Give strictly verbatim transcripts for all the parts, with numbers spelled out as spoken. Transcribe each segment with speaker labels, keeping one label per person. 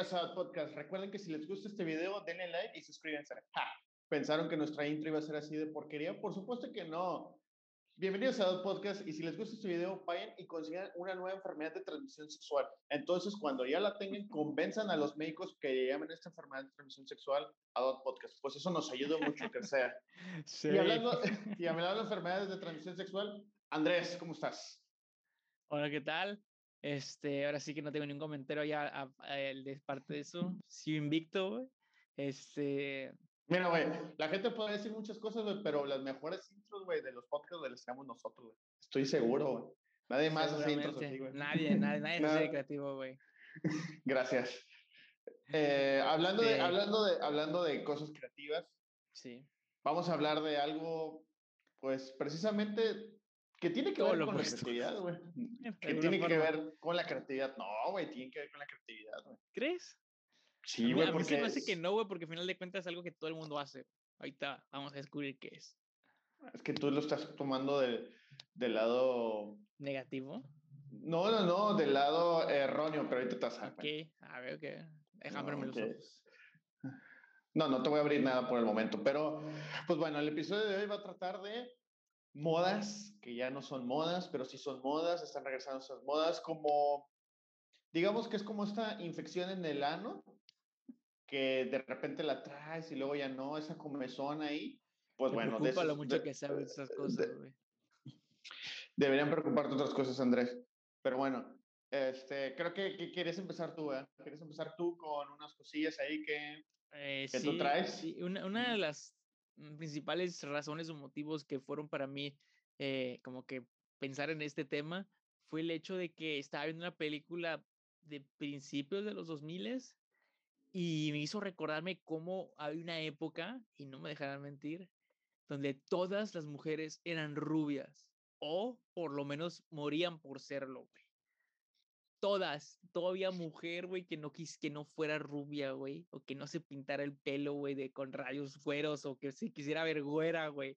Speaker 1: Bienvenidos a Podcast. Recuerden que si les gusta este video, denle like y suscríbanse. ¡Ja! ¿Pensaron que nuestra intro iba a ser así de porquería? Por supuesto que no. Bienvenidos a Podcast y si les gusta este video, vayan y consigan una nueva enfermedad de transmisión sexual. Entonces, cuando ya la tengan, convenzan a los médicos que llamen esta enfermedad de transmisión sexual a Dot Podcast. Pues eso nos ayuda mucho a crecer.
Speaker 2: Sí.
Speaker 1: Y hablando, y hablando de enfermedades de transmisión sexual, Andrés, ¿cómo estás?
Speaker 2: Hola, ¿qué tal? Este, ahora sí que no tengo ningún comentario ya a, a, el de parte de eso. Sí, invicto, güey. Este.
Speaker 1: Mira, güey, la gente puede decir muchas cosas, güey, pero las mejores intros, güey, de los podcasts, güey, las hacemos nosotros, güey. Estoy seguro, güey. Nadie más hace intros así,
Speaker 2: Seguramente.
Speaker 1: güey.
Speaker 2: Nadie, nadie, nadie es así de
Speaker 1: Nada.
Speaker 2: creativo, güey.
Speaker 1: Gracias. Eh, hablando, de,
Speaker 2: Sí.
Speaker 1: hablando, de, hablando de cosas creativas,
Speaker 2: Sí.
Speaker 1: vamos a hablar de algo, pues, precisamente que tiene que
Speaker 2: Todo
Speaker 1: ver
Speaker 2: lo
Speaker 1: con la
Speaker 2: opuesto.
Speaker 1: creatividad, güey.
Speaker 2: De
Speaker 1: Que
Speaker 2: alguna
Speaker 1: tiene que
Speaker 2: forma.
Speaker 1: ver con la creatividad. No, güey, tiene que ver con la creatividad, güey.
Speaker 2: ¿Crees? A
Speaker 1: Sí,
Speaker 2: mí,
Speaker 1: güey,
Speaker 2: a mí se
Speaker 1: porque
Speaker 2: me hace que
Speaker 1: es,
Speaker 2: no, güey, porque al final de cuentas es algo que todo el mundo hace. Ahorita vamos a descubrir qué es.
Speaker 1: es que tú lo estás tomando del, del lado...
Speaker 2: ¿Negativo?
Speaker 1: No, no, no, del lado erróneo, pero ahorita te vas a dar
Speaker 2: Ok.
Speaker 1: cuenta.
Speaker 2: A ver, ok. Déjame
Speaker 1: No,
Speaker 2: abrirme los
Speaker 1: que-
Speaker 2: ojos.
Speaker 1: no, no te voy a abrir nada por el momento, pero pues bueno, el episodio de hoy va a tratar de modas, que ya no son modas, pero sí son modas, están regresando esas modas, como, digamos que es como esta infección en el ano, que de repente la traes y luego ya no, esa comezón ahí, pues
Speaker 2: Me
Speaker 1: bueno, de
Speaker 2: preocupa lo
Speaker 1: esos,
Speaker 2: mucho
Speaker 1: de,
Speaker 2: que sabes esas cosas,
Speaker 1: de,
Speaker 2: güey.
Speaker 1: deberían preocuparte otras cosas, Andrés, pero bueno, este, creo que, que quieres empezar tú, ¿eh? ¿Quieres empezar tú con unas cosillas ahí que,
Speaker 2: Eh,
Speaker 1: que tú
Speaker 2: sí,
Speaker 1: traes?
Speaker 2: sí, una, una de las mm, principales razones o motivos que fueron para mí eh, como que pensar en este tema fue el hecho de que estaba viendo una película de principios de los dos mil y me hizo recordarme cómo había una época, y no me dejarán mentir, donde todas las mujeres eran rubias o por lo menos morían por serlo, güey. Todas, todavía mujer, güey, que no quis, que no fuera rubia, güey, o que no se pintara el pelo, güey, de con rayos güeros, o que se quisiera ver güera, güey.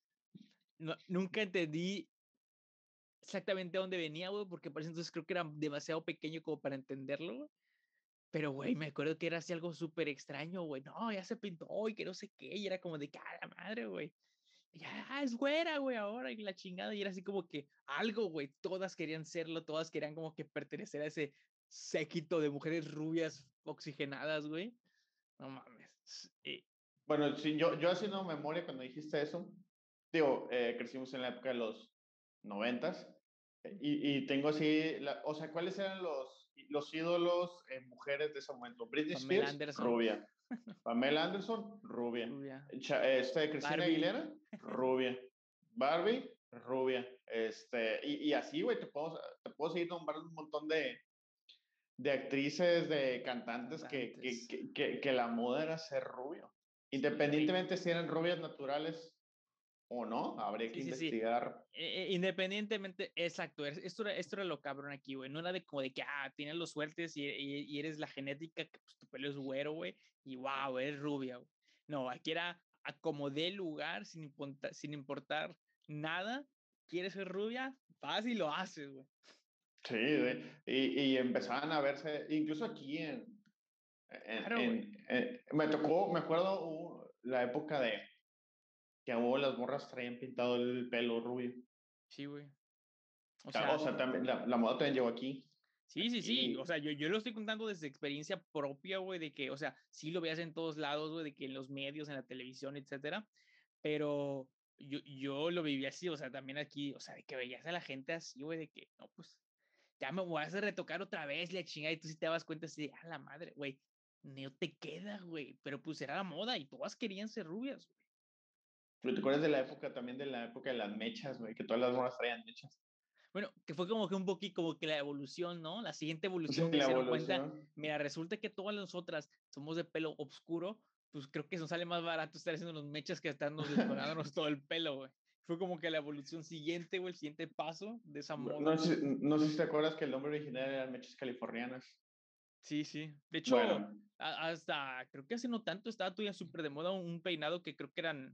Speaker 2: No, nunca entendí exactamente a dónde venía, güey, porque por eso entonces creo que era demasiado pequeño como para entenderlo, güey. Pero, güey, me acuerdo que era así algo súper extraño, güey. No, ya se pintó y que no sé qué, y era como de cara madre, güey. Ya ah, es güera, güey, ahora y la chingada. Y era así como que algo, güey. Todas querían serlo, todas querían como que pertenecer a ese séquito de mujeres rubias oxigenadas, güey. No mames. Sí.
Speaker 1: Bueno, sí, yo, yo haciendo memoria cuando dijiste eso, digo, eh, crecimos en la época de los noventas, eh, y, y tengo así, la- o sea, ¿cuáles eran los, los ídolos eh, mujeres de ese momento? Britney
Speaker 2: Pamela
Speaker 1: Spears,
Speaker 2: Anderson,
Speaker 1: rubia. Pamela Anderson, rubia.
Speaker 2: rubia.
Speaker 1: Cha- este, Cristina
Speaker 2: Barbie.
Speaker 1: Aguilera, rubia. Barbie, rubia. Este, y, y así, güey, te puedo, te puedo seguir nombrando un montón de, de actrices, de cantantes que, que,
Speaker 2: Antes.
Speaker 1: que, que, que la moda era ser rubio.
Speaker 2: Sí, güey.
Speaker 1: Independientemente si eran rubias naturales o no, habría que
Speaker 2: Sí, sí, sí.
Speaker 1: investigar.
Speaker 2: Eh, eh, independientemente, exacto, es- esto era, esto era lo cabrón aquí, güey. No era de como de que, ah, tienes los suertes y, y- y eres la genética, que pues, tu pelo es güero, güey, y wow, eres rubia, güey. No, aquí era a como dé lugar, sin importar, sin importar nada. ¿Quieres ser rubia? Vas y lo haces, güey.
Speaker 1: Sí, güey. Y, y empezaban a verse, incluso aquí en, en,
Speaker 2: Claro, güey.
Speaker 1: en- en- me tocó, me acuerdo uh, la época de que hubo las morras traían pintado el pelo rubio.
Speaker 2: Sí, güey. O
Speaker 1: Ah, o
Speaker 2: sea,
Speaker 1: sea, también la, la moda también llegó aquí.
Speaker 2: sí, sí, sí. O
Speaker 1: Aquí.
Speaker 2: sea, yo, yo lo estoy contando desde experiencia propia, güey, de que, o sea, sí lo veías en todos lados, güey, de que en los medios, en la televisión, etcétera. Pero yo, yo lo viví así, o sea, también aquí, o sea, de que veías a la gente así, güey, de que, no, pues, ya me voy a hacer retocar otra vez, la chingada, y tú sí te das cuenta así de, a la madre, güey, no te queda, güey. Pero pues era la moda y todas querían ser rubias, güey.
Speaker 1: ¿Te acuerdas de la época también de la época de las mechas, güey? Que todas las morras traían mechas.
Speaker 2: Bueno, que fue como que un poquito como que la evolución, ¿no? La siguiente
Speaker 1: Sí,
Speaker 2: evolución que
Speaker 1: la
Speaker 2: se dieron cuenta,
Speaker 1: evolución.
Speaker 2: mira, resulta que todas nosotras somos de pelo oscuro, pues creo que nos sale más barato estar haciendo los mechas que estarnos detonándonos todo el pelo, güey. Fue como que la evolución siguiente, güey, el siguiente paso de esa
Speaker 1: No
Speaker 2: moda.
Speaker 1: sé, no sé si te acuerdas que el nombre original eran mechas californianas.
Speaker 2: Sí, sí. De hecho,
Speaker 1: Bueno,
Speaker 2: a- hasta creo que hace no tanto estaba todavía súper de moda un, un peinado que creo que eran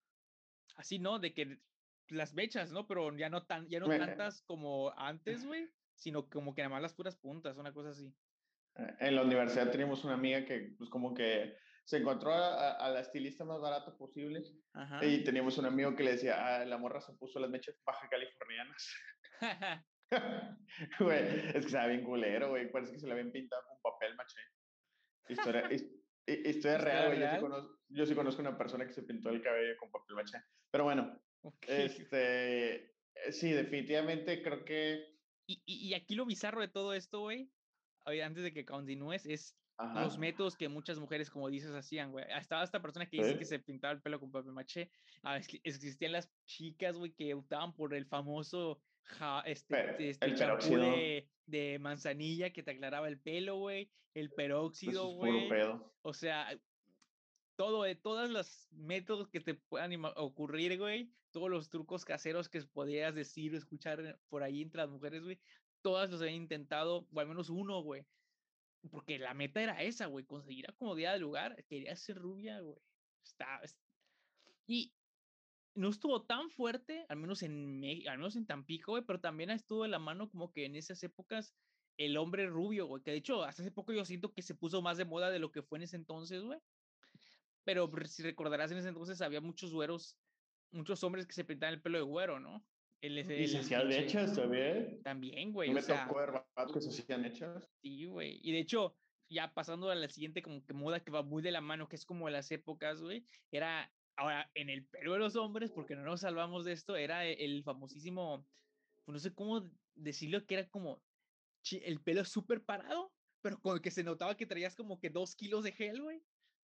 Speaker 2: así, ¿no? De que las mechas, ¿no? Pero ya no tan, ya no
Speaker 1: me-
Speaker 2: tantas como antes, güey, sino como que nada más las puras puntas, una cosa así.
Speaker 1: En la universidad teníamos una amiga que, pues, como que se encontró a, a la estilista más barato posible.
Speaker 2: Ajá.
Speaker 1: Y teníamos un amigo que le decía, ah, la morra se puso las mechas baja californianas. Güey, es que estaba bien culero, güey. Parece que se la habían pintado con papel maché. Historia, his- hi- historia real,
Speaker 2: ¿Historia
Speaker 1: güey. Yo sí
Speaker 2: real?
Speaker 1: conozco, yo sí conozco una persona que se pintó el cabello con papel maché. Pero bueno,
Speaker 2: Ok.
Speaker 1: este, eh, sí, definitivamente creo que,
Speaker 2: Y, y, y aquí lo bizarro de todo esto, güey, oye, antes de que continúes, es los
Speaker 1: ajá,
Speaker 2: métodos que muchas mujeres, como dices, hacían, güey. Estaba esta persona que dice que
Speaker 1: sí,
Speaker 2: se pintaba el pelo con papel maché. Ah, es que existían las chicas, güey, que optaban por el famoso ja- este,
Speaker 1: pero
Speaker 2: este
Speaker 1: el
Speaker 2: champú
Speaker 1: peróxido
Speaker 2: de, de manzanilla que te aclaraba el pelo, güey. El
Speaker 1: eso
Speaker 2: peróxido,
Speaker 1: es puro
Speaker 2: güey.
Speaker 1: pedo.
Speaker 2: O sea, todo, de todos los métodos que te puedan ima- ocurrir, güey, todos los trucos caseros que podrías decir o escuchar por ahí entre las mujeres, güey, todas los habían intentado, o al menos uno, güey, porque la meta era esa, güey, conseguir acomodidad de lugar, quería ser rubia, güey. Está, es- y no estuvo tan fuerte, al menos en, Me- al menos en Tampico, güey, pero también estuvo de la mano como que en esas épocas el hombre rubio, güey, que de hecho hasta hace poco yo siento que se puso más de moda de lo que fue en ese entonces, güey. Pero si recordarás, en ese entonces había muchos güeros, muchos hombres que se pintaban el pelo de güero, ¿no? El, el,
Speaker 1: Y se
Speaker 2: el
Speaker 1: hacían
Speaker 2: pinche.
Speaker 1: hechas también.
Speaker 2: También,
Speaker 1: No
Speaker 2: güey, o
Speaker 1: me
Speaker 2: sea,
Speaker 1: tocó ver vatos que se hacían hechas.
Speaker 2: sí, güey. Y de hecho, ya pasando a la siguiente como que moda que va muy de la mano, que es como de las épocas, güey, era, ahora, en el pelo de los hombres, porque no nos salvamos de esto, era el, el famosísimo, pues no sé cómo decirlo, que era como chi- el pelo súper parado, pero con el que se notaba que traías como que dos kilos de gel, güey.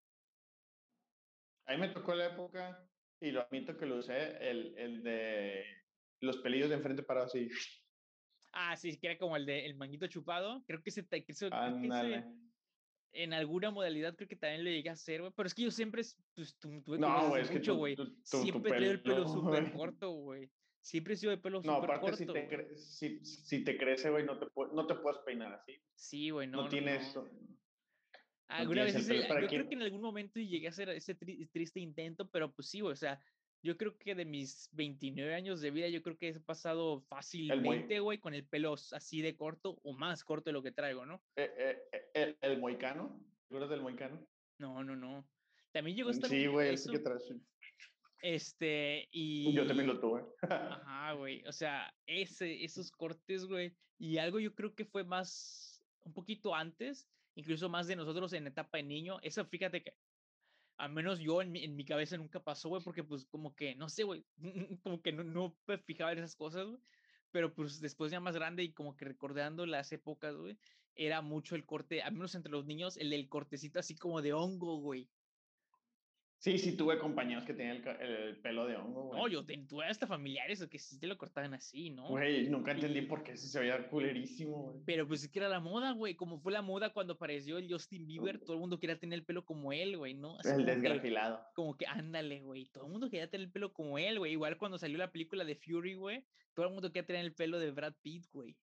Speaker 1: A mí me tocó la época, y lo admito que lo usé, el, el de los pelillos de enfrente parados así.
Speaker 2: Ah, sí, que era como el de el manguito chupado. Creo que ese, te- que eso- creo que
Speaker 1: Ándale.
Speaker 2: ese, en alguna modalidad creo que también lo llegué a hacer, güey. Pero es que yo siempre, es- pues tú, tú me
Speaker 1: No,
Speaker 2: conoces
Speaker 1: güey,
Speaker 2: hace
Speaker 1: es que
Speaker 2: mucho,
Speaker 1: tu,
Speaker 2: güey.
Speaker 1: tu, tu, tu
Speaker 2: Siempre he traído el pelo
Speaker 1: pelo,
Speaker 2: súper
Speaker 1: güey.
Speaker 2: corto, güey. Siempre he sido de pelo
Speaker 1: No,
Speaker 2: súper
Speaker 1: aparte si
Speaker 2: corto,
Speaker 1: te,
Speaker 2: güey.
Speaker 1: cre si, si te crece, güey, no te, pu- no te puedes peinar así.
Speaker 2: Sí, güey,
Speaker 1: No
Speaker 2: no, no,
Speaker 1: tienes,
Speaker 2: no.
Speaker 1: no
Speaker 2: Alguna
Speaker 1: tienes
Speaker 2: vez
Speaker 1: el
Speaker 2: hice,
Speaker 1: pelo. ¿Para
Speaker 2: yo creo que
Speaker 1: quién?
Speaker 2: en algún momento llegué a hacer ese tri- triste intento, pero pues sí, güey, o sea, yo creo que de mis veintinueve años de vida, yo creo que he pasado
Speaker 1: El muy,
Speaker 2: fácilmente, güey, con el pelo así de corto o más corto de lo que traigo, ¿no?
Speaker 1: eh, eh, eh, el, el moicano. ¿Te acuerdas del moicano?
Speaker 2: No, no, no. También llegó a
Speaker 1: Mm,
Speaker 2: estar
Speaker 1: sí,
Speaker 2: un,
Speaker 1: güey, ese que
Speaker 2: eso,
Speaker 1: traes.
Speaker 2: este,
Speaker 1: Yo también
Speaker 2: y,
Speaker 1: lo tuve.
Speaker 2: ajá, güey, o sea, ese, esos cortes, güey, y algo yo creo que fue más, un poquito antes, incluso más de nosotros en etapa de niño, eso fíjate que, al menos yo en mi, en mi cabeza nunca pasó, güey, porque pues como que, no sé, güey, como que no, no me fijaba en esas cosas, güey, pero pues después ya más grande y como que recordando las épocas, güey, era mucho el corte, al menos entre los niños, el del cortecito así como de hongo, güey.
Speaker 1: Sí, sí, tuve compañeros que tenían el, ca- el pelo de hongo, güey.
Speaker 2: No, yo ten- tuve hasta familiares o que sí te lo cortaban así, ¿no?
Speaker 1: Güey, nunca entendí
Speaker 2: Y,
Speaker 1: por qué ese se veía culerísimo, güey.
Speaker 2: pero pues es que era la moda, güey, como fue la moda cuando apareció el Justin Bieber, todo el mundo quería tener el pelo como él, güey, ¿no? Así
Speaker 1: El
Speaker 2: como que,
Speaker 1: desgrafilado.
Speaker 2: como que, ándale, güey, todo el mundo quería tener el pelo como él, güey, igual cuando salió la película de Fury, güey, todo el mundo quería tener el pelo de Brad Pitt, güey.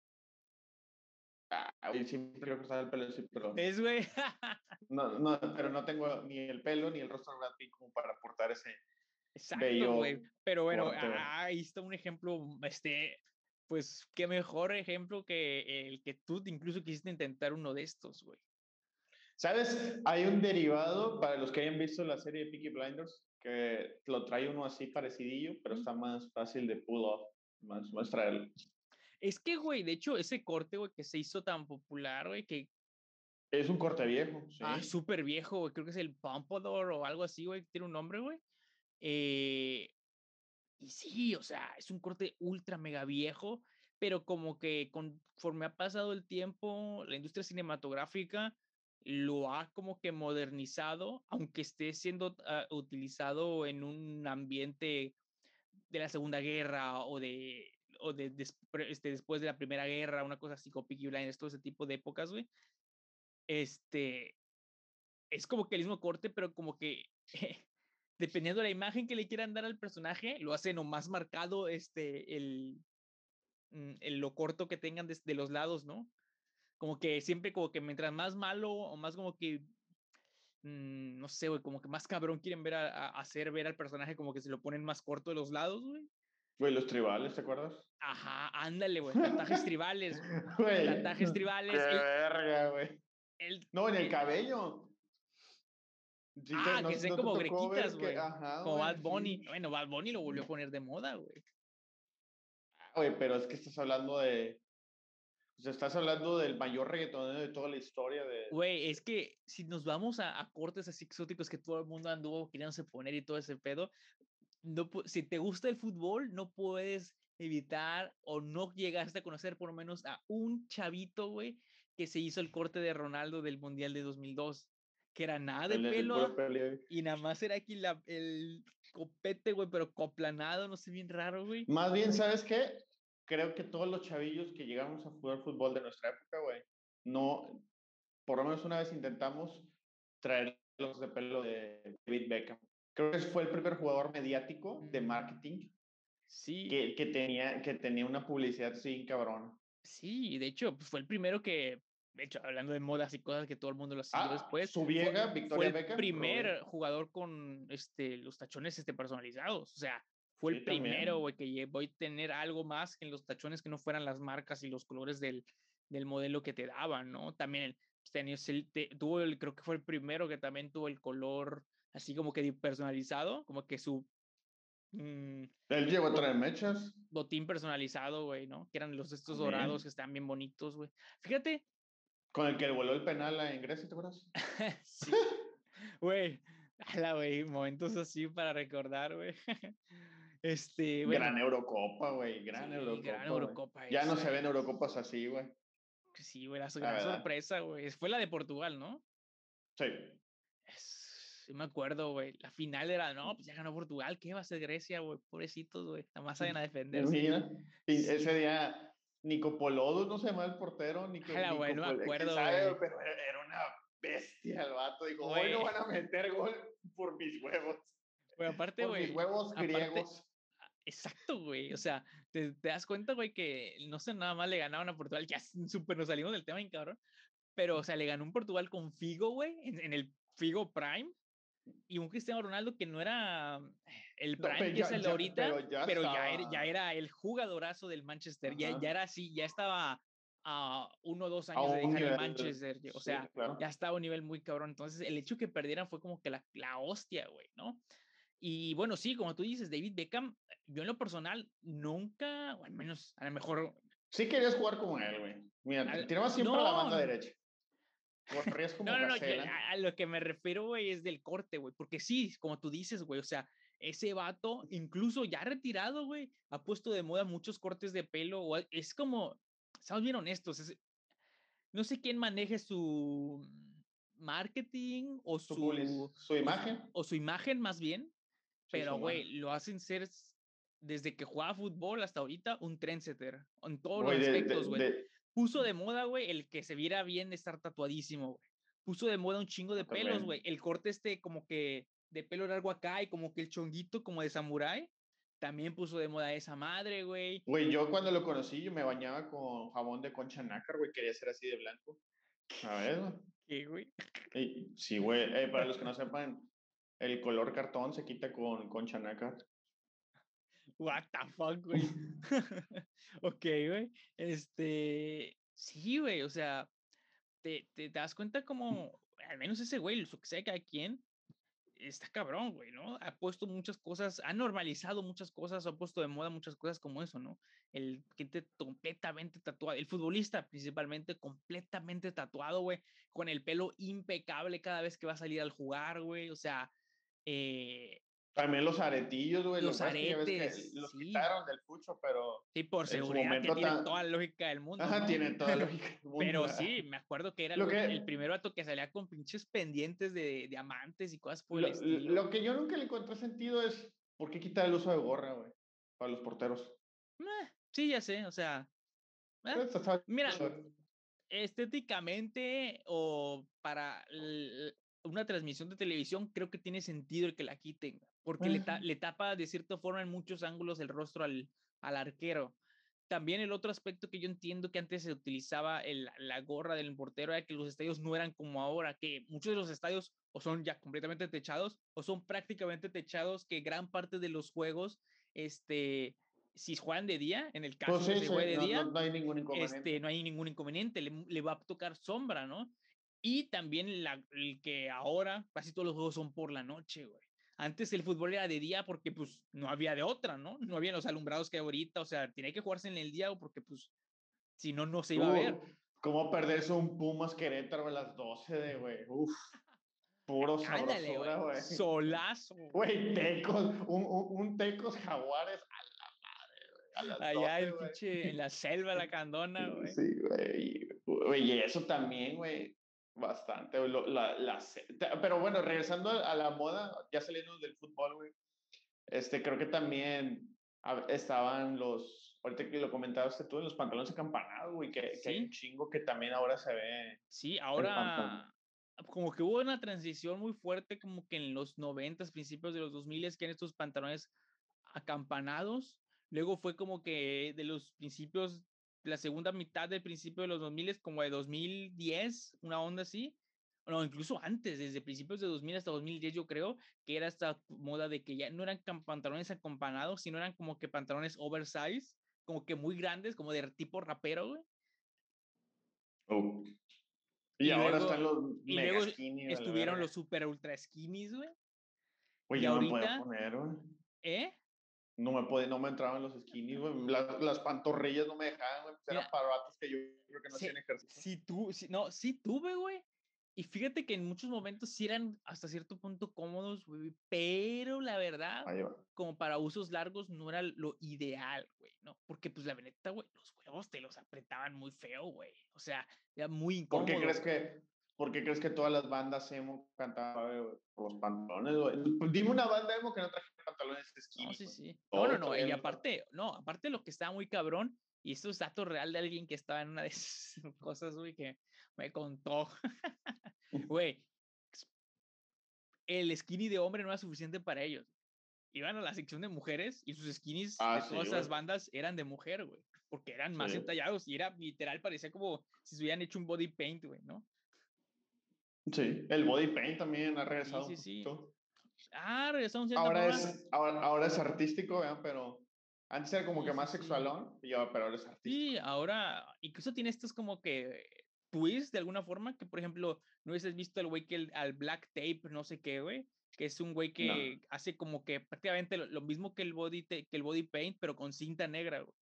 Speaker 1: Ah, güey, siempre quiero cortar el pelo así, pero
Speaker 2: ¿Ves, güey?
Speaker 1: no, no, pero no tengo ni el pelo ni el rostro de Brad Pitt como para portar ese
Speaker 2: Exacto, güey,
Speaker 1: bello
Speaker 2: pero bueno,
Speaker 1: corte, güey.
Speaker 2: ah, ahí está un ejemplo, este, pues, qué mejor ejemplo que el que tú incluso quisiste intentar uno de estos, güey.
Speaker 1: ¿Sabes? Hay un derivado para los que hayan visto la serie de Peaky Blinders que lo trae uno así parecidillo, pero
Speaker 2: Mm.
Speaker 1: está más fácil de pull off, más, más traerlo.
Speaker 2: Es que, güey, de hecho, ese corte, güey, que se hizo tan popular, güey, que,
Speaker 1: Es un corte viejo,
Speaker 2: ah,
Speaker 1: sí.
Speaker 2: súper viejo, güey, creo que es el Pompadour o algo así, güey, tiene un nombre, güey. Eh, y sí, o sea, es un corte ultra mega viejo, pero como que conforme ha pasado el tiempo, la industria cinematográfica lo ha como que modernizado, aunque esté siendo ah, utilizado en un ambiente de la Segunda Guerra o de, o de des- este, después de la Primera Guerra, una cosa así como Peaky Blinders, todo ese tipo de épocas, güey. Este, es como que el mismo corte, pero como que dependiendo de la imagen que le quieran dar al personaje, lo hacen o más marcado este, el, mm, el lo corto que tengan desde de los lados, ¿no? Como que siempre como que mientras más malo o más como que, mmm, no sé, güey, como que más cabrón quieren ver a, a, hacer ver al personaje como que se lo ponen más corto de los lados, güey.
Speaker 1: Güey, los tribales, ¿te acuerdas?
Speaker 2: Ajá, ándale, güey, tatuajes tribales, güey.
Speaker 1: Güey,
Speaker 2: Tatuajes
Speaker 1: qué
Speaker 2: tribales, el,
Speaker 1: verga, güey.
Speaker 2: El,
Speaker 1: No, en el
Speaker 2: el-
Speaker 1: cabello. Sí te,
Speaker 2: ah,
Speaker 1: no,
Speaker 2: que sé
Speaker 1: no te
Speaker 2: como
Speaker 1: tocó
Speaker 2: grequitas,
Speaker 1: ver que,
Speaker 2: güey.
Speaker 1: ajá,
Speaker 2: Como Bad
Speaker 1: güey,
Speaker 2: Bunny.
Speaker 1: sí.
Speaker 2: Bueno, Bad Bunny lo volvió a poner de moda, güey.
Speaker 1: Ah, güey, pero es que estás hablando de, o sea, estás hablando del mayor reggaetonero de toda la historia de,
Speaker 2: Güey, es que si nos vamos a, a cortes así exóticos que todo el mundo anduvo queriéndose poner y todo ese pedo, no, pu- si te gusta el fútbol, no puedes evitar o no llegaste a conocer por lo menos a un chavito, güey, que se hizo el corte de Ronaldo del Mundial de dos mil dos, que era nada de
Speaker 1: el, el puro
Speaker 2: pelo
Speaker 1: pelea.
Speaker 2: y nada más era aquí la, el copete, güey, pero coplanado, no sé, bien raro, güey.
Speaker 1: Más bien, ¿sabes qué? Creo que todos los chavillos que llegamos a jugar fútbol de nuestra época, güey, no, por lo menos una vez intentamos traerlos de pelo de David Beckham. Creo que fue el primer jugador mediático de
Speaker 2: Mm,
Speaker 1: marketing
Speaker 2: sí,
Speaker 1: que, que tenía, que tenía una publicidad sin cabrón.
Speaker 2: sí, de hecho, pues fue el primero que, de hecho, hablando de modas y cosas que todo el mundo lo siguió
Speaker 1: Ah,
Speaker 2: después,
Speaker 1: su
Speaker 2: fue,
Speaker 1: vieja,
Speaker 2: fue
Speaker 1: Victoria
Speaker 2: el
Speaker 1: Beckham,
Speaker 2: primer
Speaker 1: Rubén.
Speaker 2: jugador con este, los tachones este, personalizados. O sea, fue el
Speaker 1: Sí,
Speaker 2: primero,
Speaker 1: también.
Speaker 2: güey, que lle- voy a tener algo más que en los tachones que no fueran las marcas y los colores del, del modelo que te daban, ¿no? También el, pues, tenía el- te- tuvo el, creo que fue el primero que también tuvo el color así como que personalizado, como que su mm,
Speaker 1: Él llegó a
Speaker 2: bot-
Speaker 1: traer mechas
Speaker 2: botín personalizado, güey, ¿no? Que eran los estos dorados que
Speaker 1: también.
Speaker 2: están bien bonitos, güey. Fíjate.
Speaker 1: Con el que voló el penal en Grecia, ¿te acuerdas?
Speaker 2: Sí, güey. Ala, güey, momentos así para recordar, güey. Este, bueno,
Speaker 1: Gran Eurocopa, güey. Gran
Speaker 2: sí, gran
Speaker 1: Eurocopa, güey.
Speaker 2: Eurocopa
Speaker 1: Ya no
Speaker 2: esa,
Speaker 1: se ven
Speaker 2: eh.
Speaker 1: Eurocopas así, güey.
Speaker 2: Sí, güey, la
Speaker 1: La
Speaker 2: gran
Speaker 1: verdad.
Speaker 2: sorpresa, güey. Fue la de Portugal, ¿no?
Speaker 1: Sí.
Speaker 2: Es- sí me acuerdo, güey. La final era, no, pues ya ganó Portugal, ¿qué va a hacer Grecia, güey? Pobrecitos, güey. Nada más saben a defenderse.
Speaker 1: Mira, y ese
Speaker 2: Sí,
Speaker 1: día Nico Polodus no se llama el portero, Nico,
Speaker 2: ala, güey, no
Speaker 1: Nico
Speaker 2: me
Speaker 1: Pol, quién
Speaker 2: acuerdo,
Speaker 1: sabe,
Speaker 2: güey.
Speaker 1: pero era una bestia el vato. Dijo, hoy no
Speaker 2: Güey,
Speaker 1: van a meter gol por mis huevos,
Speaker 2: güey, aparte,
Speaker 1: por mis
Speaker 2: güey,
Speaker 1: huevos
Speaker 2: aparte,
Speaker 1: griegos.
Speaker 2: exacto, güey. O sea, te, te das cuenta, güey, que no sé, nada más le ganaron a Portugal. Ya súper nos salimos del tema, bien cabrón. Pero, o sea, le ganó un Portugal con Figo, güey, en, en el Figo Prime. Y un Cristiano Ronaldo que no era el
Speaker 1: No,
Speaker 2: Prime
Speaker 1: pero
Speaker 2: que es
Speaker 1: ya,
Speaker 2: el de
Speaker 1: ya,
Speaker 2: ahorita,
Speaker 1: pero ya
Speaker 2: pero ya era, ya
Speaker 1: estaba,
Speaker 2: era el jugadorazo del Manchester. Ya, ya
Speaker 1: ajá,
Speaker 2: era así, ya estaba a uno o dos
Speaker 1: a
Speaker 2: años de
Speaker 1: un
Speaker 2: dejar el
Speaker 1: nivel,
Speaker 2: Manchester. O
Speaker 1: sí,
Speaker 2: sea, ya
Speaker 1: claro.
Speaker 2: estaba a un nivel muy cabrón. Entonces, el hecho que perdieran fue como que la, la hostia, güey, ¿no? Y bueno, sí, como tú dices, David Beckham, yo en lo personal nunca, o al menos a lo mejor,
Speaker 1: Sí querías jugar como él, güey. Mira,
Speaker 2: al,
Speaker 1: tirabas siempre a la
Speaker 2: no,
Speaker 1: banda derecha, corrías
Speaker 2: no,
Speaker 1: como
Speaker 2: no, no, yo-
Speaker 1: gacela.
Speaker 2: a, a lo que me refiero, güey, es del corte, güey, porque sí, como tú dices, güey, o sea, ese vato, incluso ya retirado, güey, ha puesto de moda muchos cortes de pelo, o es como, estamos bien honestos, es- no sé quién maneje su marketing o
Speaker 1: Su, public-
Speaker 2: su,
Speaker 1: su
Speaker 2: o, su
Speaker 1: imagen,
Speaker 2: o su imagen más bien,
Speaker 1: sí, su
Speaker 2: pero, güey,
Speaker 1: imagen.
Speaker 2: lo hacen ser desde que jugaba fútbol hasta ahorita un trendsetter en todos los
Speaker 1: Güey, de,
Speaker 2: aspectos,
Speaker 1: de,
Speaker 2: güey.
Speaker 1: de,
Speaker 2: Puso de moda, güey, el que se viera bien estar tatuadísimo, güey. Puso de moda un chingo de pelos, güey.
Speaker 1: también.
Speaker 2: El corte este como que de pelo largo acá y como que el chonguito como de samurái. También puso de moda esa madre, güey.
Speaker 1: Güey, yo cuando lo conocí, yo me bañaba con jabón de concha nácar, güey, quería ser así de blanco. A ver, güey.
Speaker 2: ¿Qué, güey?
Speaker 1: Y, sí, güey, eh, para los que no sepan, el color cartón se quita con concha nácar.
Speaker 2: What the fuck, güey. Ok, güey. Este, sí, güey, o sea, te, te das cuenta como, al menos ese güey, lo que sea cada quien, está cabrón, güey, ¿no? Ha puesto muchas cosas, ha normalizado muchas cosas, ha puesto de moda muchas cosas como eso, ¿no? El gente completamente tatuado, el futbolista principalmente completamente tatuado, güey, con el pelo impecable cada vez que va a salir al jugar, güey, o sea, eh,
Speaker 1: También los aretillos, güey, lo que
Speaker 2: los
Speaker 1: pasa es que ya ves que
Speaker 2: aretes,
Speaker 1: los
Speaker 2: sí,
Speaker 1: quitaron del pucho, pero
Speaker 2: sí, por
Speaker 1: en su
Speaker 2: seguridad, ya
Speaker 1: momento
Speaker 2: tiene toda
Speaker 1: tan...
Speaker 2: la lógica del mundo,
Speaker 1: Ajá,
Speaker 2: ¿no?
Speaker 1: tiene toda la lógica del mundo.
Speaker 2: Pero
Speaker 1: ¿Verdad?
Speaker 2: sí, me acuerdo que era el
Speaker 1: Lo
Speaker 2: güey, el
Speaker 1: que,
Speaker 2: primer vato que salía con pinches pendientes de diamantes y cosas por el
Speaker 1: lo,
Speaker 2: estilo.
Speaker 1: lo que yo nunca le encontré sentido es por qué quitar el uso de gorra, güey, para los porteros.
Speaker 2: Meh, sí, ya sé, o sea, eh,
Speaker 1: Está- está-
Speaker 2: mira, estéticamente o para l- una transmisión de televisión, creo que tiene sentido el que la quiten, porque le, ta- le tapa de cierta forma en muchos ángulos el rostro al, al arquero. También el otro aspecto que yo entiendo que antes se utilizaba el, la gorra del portero era que los estadios no eran como ahora, que muchos de los estadios o son ya completamente techados o son prácticamente techados, que gran parte de los juegos, este, si juegan de día, en el
Speaker 1: Pues
Speaker 2: caso que
Speaker 1: sí,
Speaker 2: se
Speaker 1: sí,
Speaker 2: juegue de
Speaker 1: no, no,
Speaker 2: día,
Speaker 1: no hay ningún
Speaker 2: este,
Speaker 1: inconveniente.
Speaker 2: no hay ningún inconveniente, le, le va a tocar sombra, ¿no? Y también la, el que ahora casi todos los juegos son por la noche, güey. Antes el fútbol era de día porque pues no había de otra, ¿no? No había los alumbrados que hay ahorita, o sea, tenía que jugarse en el día porque pues si no, no se iba a ver.
Speaker 1: Uh, ¿cómo perderse un Pumas Querétaro a las doce de, güey? Uf, puro
Speaker 2: Ándale, güey.
Speaker 1: sabrosura, güey.
Speaker 2: Solazo.
Speaker 1: Güey, Tecos, un, un, un Tecos Jaguares a la madre, güey. A las
Speaker 2: Allá
Speaker 1: doce,
Speaker 2: el
Speaker 1: güey.
Speaker 2: pinche en la selva, la candona, güey.
Speaker 1: Sí, güey. Güey, y eso también, güey. Bastante, güey, lo- la, la, se- pero bueno, regresando a la moda, ya saliendo del fútbol, güey, este, creo que también a- estaban los, ahorita que lo comentaste tú, en los pantalones acampanados, güey, que, que hay un
Speaker 2: Sí,
Speaker 1: chingo que también ahora se ve
Speaker 2: sí,
Speaker 1: el pantalón.
Speaker 2: ahora como que hubo una transición muy fuerte como que en los noventas, principios de los dos miles, que eran estos pantalones acampanados. Luego fue como que de los principios, la segunda mitad del principio de los dos mil, como de dos mil diez, una onda así. No, incluso antes, desde principios de dos mil hasta dos mil diez, yo creo que era esta moda de que ya no eran pantalones acampanados, sino eran como que pantalones oversize, como que muy grandes, como de tipo rapero, güey.
Speaker 1: Oh. Y
Speaker 2: Y
Speaker 1: ahora
Speaker 2: luego,
Speaker 1: están los
Speaker 2: y
Speaker 1: mega
Speaker 2: luego
Speaker 1: skinny, de la
Speaker 2: estuvieron los
Speaker 1: verga.
Speaker 2: super ultra skinnies, güey.
Speaker 1: Güey,
Speaker 2: Y
Speaker 1: yo no me podía
Speaker 2: ahorita,
Speaker 1: poner, güey.
Speaker 2: ¿eh?
Speaker 1: No me podía, no me entraban los skinny, güey. Las, las pantorrillas no me dejaban, güey. Pues eran
Speaker 2: Mira,
Speaker 1: para vatos que yo creo que no hacían
Speaker 2: se,
Speaker 1: ejercicio.
Speaker 2: sí, tú, sí, no, sí tuve, güey. Y fíjate que en muchos momentos sí eran hasta cierto punto cómodos, güey, pero la verdad,
Speaker 1: Ahí va.
Speaker 2: como para usos largos, no era lo ideal, güey, ¿no? Porque, pues, la neta, güey, los huevos te los apretaban muy feo, güey. O sea, era muy
Speaker 1: ¿Por qué
Speaker 2: incómodo,
Speaker 1: crees
Speaker 2: güey.
Speaker 1: que, por qué crees que todas las bandas emo cantaban, güey, por los pantalones, güey? Pues dime una banda emo que no traje pantalones
Speaker 2: No,
Speaker 1: skinny,
Speaker 2: sí,
Speaker 1: güey.
Speaker 2: sí. No, no,
Speaker 1: Todos
Speaker 2: no. Y
Speaker 1: traían los pantalones.
Speaker 2: aparte, no, aparte lo que estaba muy cabrón, y esto es dato real de alguien que estaba en una de esas cosas, güey, que me contó. Güey, el skinny de hombre no era suficiente para ellos. Iban a la sección de mujeres y sus skinnies
Speaker 1: Ah,
Speaker 2: de
Speaker 1: sí,
Speaker 2: todas
Speaker 1: güey.
Speaker 2: esas bandas eran de mujer, güey. Porque eran más
Speaker 1: Sí.
Speaker 2: entallados y era literal, parecía como si se hubieran hecho un body paint, güey, ¿no?
Speaker 1: Sí. El body paint también ha
Speaker 2: Sí,
Speaker 1: regresado un
Speaker 2: sí, sí.
Speaker 1: poquito.
Speaker 2: Ah, regresamos de cierta
Speaker 1: Ahora
Speaker 2: forma.
Speaker 1: es, ahora, ahora es artístico, ¿verdad? Pero antes era como
Speaker 2: Sí,
Speaker 1: que
Speaker 2: sí,
Speaker 1: más
Speaker 2: sí.
Speaker 1: sexualón, y ahora, pero ahora es
Speaker 2: Sí,
Speaker 1: artístico.
Speaker 2: ahora incluso tiene estos como que twists de alguna forma, que por ejemplo, no hubieses visto el güey que el, al Black Tape, no sé qué, güey, que es un güey
Speaker 1: No.
Speaker 2: que hace como que prácticamente lo, lo mismo que el body, que el body paint, pero con cinta negra, güey.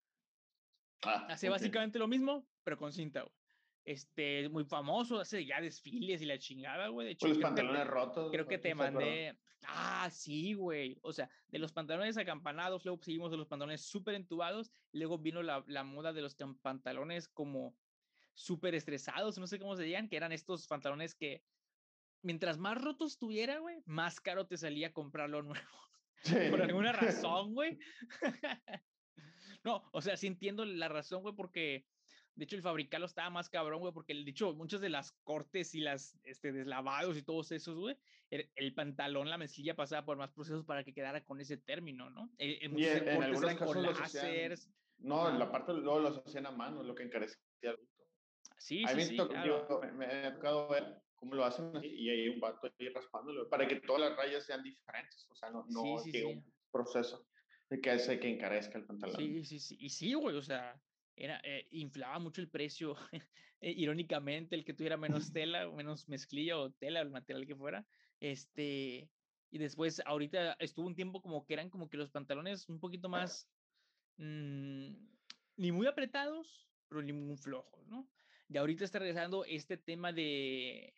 Speaker 1: Ah,
Speaker 2: Hace
Speaker 1: ok.
Speaker 2: básicamente lo mismo, pero con cinta, güey. Este, muy famoso, hace ya desfiles y la chingada, güey. De
Speaker 1: Pues
Speaker 2: hecho,
Speaker 1: los
Speaker 2: creo que te,
Speaker 1: pantalones rotos,
Speaker 2: creo que
Speaker 1: güey,
Speaker 2: te
Speaker 1: ¿se acuerdan?
Speaker 2: mandé. Ah, sí, güey. O sea, de los pantalones acampanados, luego seguimos de los pantalones súper entubados, luego vino la, la moda de los pantalones como súper estresados, no sé cómo se digan, que eran estos pantalones que mientras más rotos tuviera, güey, más caro te salía comprarlo nuevo.
Speaker 1: Sí.
Speaker 2: Por alguna razón, güey. No, o sea, sí entiendo la razón, güey, porque de hecho el fabricarlo estaba más cabrón, güey, porque de hecho muchas de las cortes y las este, deslavados y todos esos, güey, el, el, pantalón, la mezclilla pasaba por más procesos para que quedara con ese término, ¿no? En, en
Speaker 1: Y
Speaker 2: muchos
Speaker 1: en, en
Speaker 2: cortes
Speaker 1: algunos
Speaker 2: eran con
Speaker 1: casos los hacían,
Speaker 2: láseres,
Speaker 1: no,
Speaker 2: ajá.
Speaker 1: la parte luego los hacían a mano, lo que encarecía el gusto.
Speaker 2: Sí,
Speaker 1: A
Speaker 2: sí,
Speaker 1: mí me,
Speaker 2: sí,
Speaker 1: to-
Speaker 2: claro.
Speaker 1: digo, me, me ha tocado ver cómo lo hacen así, y hay un vato ahí raspándolo para que todas las rayas sean diferentes, o sea, no,
Speaker 2: Sí,
Speaker 1: no
Speaker 2: sí,
Speaker 1: llega
Speaker 2: sí.
Speaker 1: un proceso de que hace que encarezca el pantalón.
Speaker 2: Sí, sí, sí. Y sí, güey, o sea, era, eh, inflaba mucho el precio, eh, irónicamente, el que tuviera menos tela, o menos mezclilla o tela, o el material que fuera. Este, y después, ahorita estuvo un tiempo como que eran como que los pantalones un poquito más, mmm, ni muy apretados, pero ni muy flojos, ¿no? Y ahorita está regresando este tema de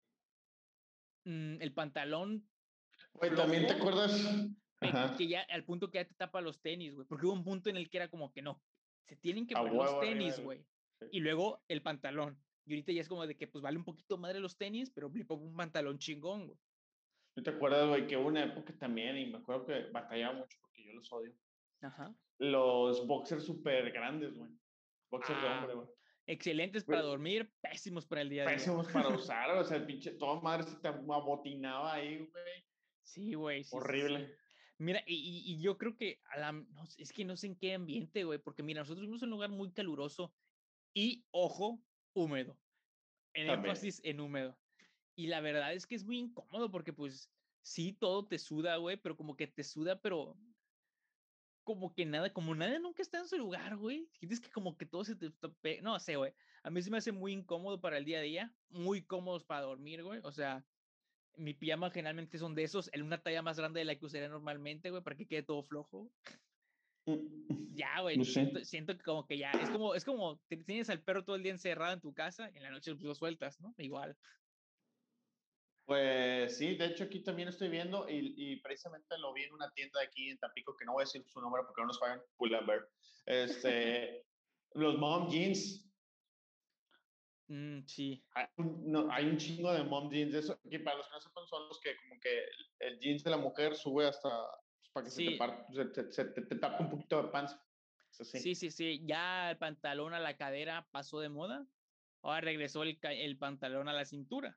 Speaker 2: mmm, el pantalón
Speaker 1: Güey, ¿también te
Speaker 2: flojo,
Speaker 1: acuerdas? Ajá,
Speaker 2: que ya al punto que ya te tapa los tenis, güey, porque hubo un punto en el que era como que no, se tienen que
Speaker 1: a
Speaker 2: poner los
Speaker 1: huevo arriba
Speaker 2: tenis,
Speaker 1: del...
Speaker 2: güey,
Speaker 1: Sí.
Speaker 2: y luego el pantalón. Y ahorita ya es como de que pues vale un poquito madre los tenis, pero le pongo un pantalón chingón, güey.
Speaker 1: ¿Tú te acuerdas, güey, que hubo una época también, y me acuerdo que batallaba mucho porque yo los odio?
Speaker 2: Ajá.
Speaker 1: Los boxers súper grandes, güey. Boxers de
Speaker 2: Ah,
Speaker 1: hombre, güey.
Speaker 2: excelentes para
Speaker 1: Güey,
Speaker 2: dormir, pésimos para el día a día.
Speaker 1: pésimos para usar, o sea, el pinche, toda madre se te abotinaba ahí, güey.
Speaker 2: Sí, güey, sí, sí, sí.
Speaker 1: Horrible.
Speaker 2: Mira, y, y- y yo creo que a la- no sé, es que no sé en qué ambiente, güey, porque mira, nosotros vivimos en un lugar muy caluroso y, ojo, húmedo, en
Speaker 1: También.
Speaker 2: énfasis en húmedo. Y la verdad es que es muy incómodo porque pues sí, todo te suda, güey, pero como que te suda, pero como que nada, como nada nunca está en su lugar, güey. Sientes que como que todo se te tope, no sé, güey. A mí se me hace muy incómodo para el día a día, muy cómodos para dormir, güey. O sea, mi pijama generalmente son de esos, en una talla más grande de la que usaría normalmente, güey, para que quede todo flojo. Ya, güey,
Speaker 1: No
Speaker 2: siento,
Speaker 1: sé.
Speaker 2: siento que como que ya, es como, es como te- tienes al perro todo el día encerrado en tu casa y en la noche pues, lo sueltas, ¿no? Igual.
Speaker 1: Pues sí, de hecho aquí también estoy viendo y, y precisamente lo vi en una tienda de aquí en Tampico, que no voy a decir su nombre porque no nos pagan, Pull&Bear. Este, los mom jeans.
Speaker 2: Mm, sí.
Speaker 1: Hay un, no, hay un chingo de mom jeans. Eso, que para los que no sepan, son los que como que el, el jeans de la mujer sube hasta pues, para que se te,
Speaker 2: Sí,
Speaker 1: parte, se, te, se te, te tape un poquito de panza. Es
Speaker 2: sí,
Speaker 1: así.
Speaker 2: sí, sí. Ya el pantalón a la cadera pasó de moda. Ahora regresó el, ca- el pantalón a la cintura.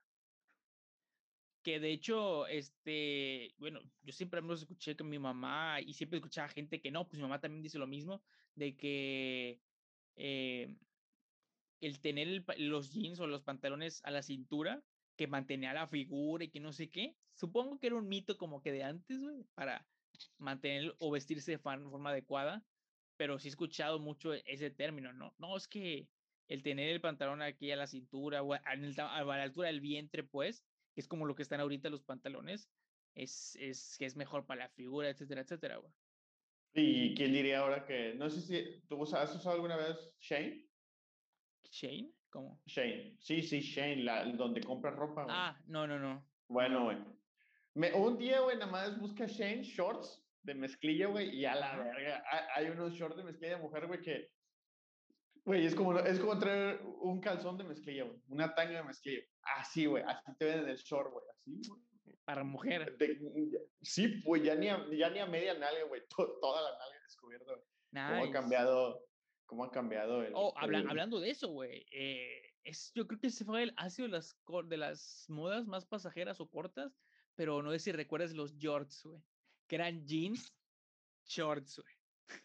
Speaker 2: Que de hecho, este, bueno, yo siempre me escuché que mi mamá, y siempre escuchaba gente que no, pues mi mamá también dice lo mismo, de que eh, el tener el pa- los jeans o los pantalones a la cintura, que mantenía la figura y que no sé qué, supongo que era un mito como que de antes, güey, para mantener o vestirse de fan- forma adecuada, pero sí he escuchado mucho ese término, ¿no? No, es que el tener el pantalón aquí a la cintura o a, en el ta- a la altura del vientre, pues, que es como lo que están ahorita los pantalones, es, es que es mejor para la figura, etcétera, etcétera, güey.
Speaker 1: ¿Y quién diría ahora que, no sé si tú has usado alguna vez Shane?
Speaker 2: ¿Shane? ¿Cómo?
Speaker 1: Shane. Sí, sí, Shane, la, donde compras ropa, güey.
Speaker 2: Ah, no, no, no.
Speaker 1: Bueno, güey. Me, un día, güey, nada más busca Shane shorts de mezclilla, güey, y a la
Speaker 2: Ajá.
Speaker 1: verga. Hay, hay unos shorts de mezclilla de mujer, güey, que, güey, es como, es como traer un calzón de mezclilla, güey, una tanga de mezclilla. Así, güey, así te ven en el short, güey, así, güey.
Speaker 2: Para mujer.
Speaker 1: De- sí, güey, ya ni a, ya ni a media nalga, güey, to- toda la nalga descubierta, güey. ¿Cómo ha
Speaker 2: Nice.
Speaker 1: cambiado, cómo ha cambiado el,
Speaker 2: Oh, habla,
Speaker 1: el...
Speaker 2: hablando de eso, güey. Eh, es, yo creo que ese fue el, ha sido las, co- de las modas más pasajeras o cortas, pero no sé si recuerdas los jorts, güey. Que eran jeans, shorts, güey.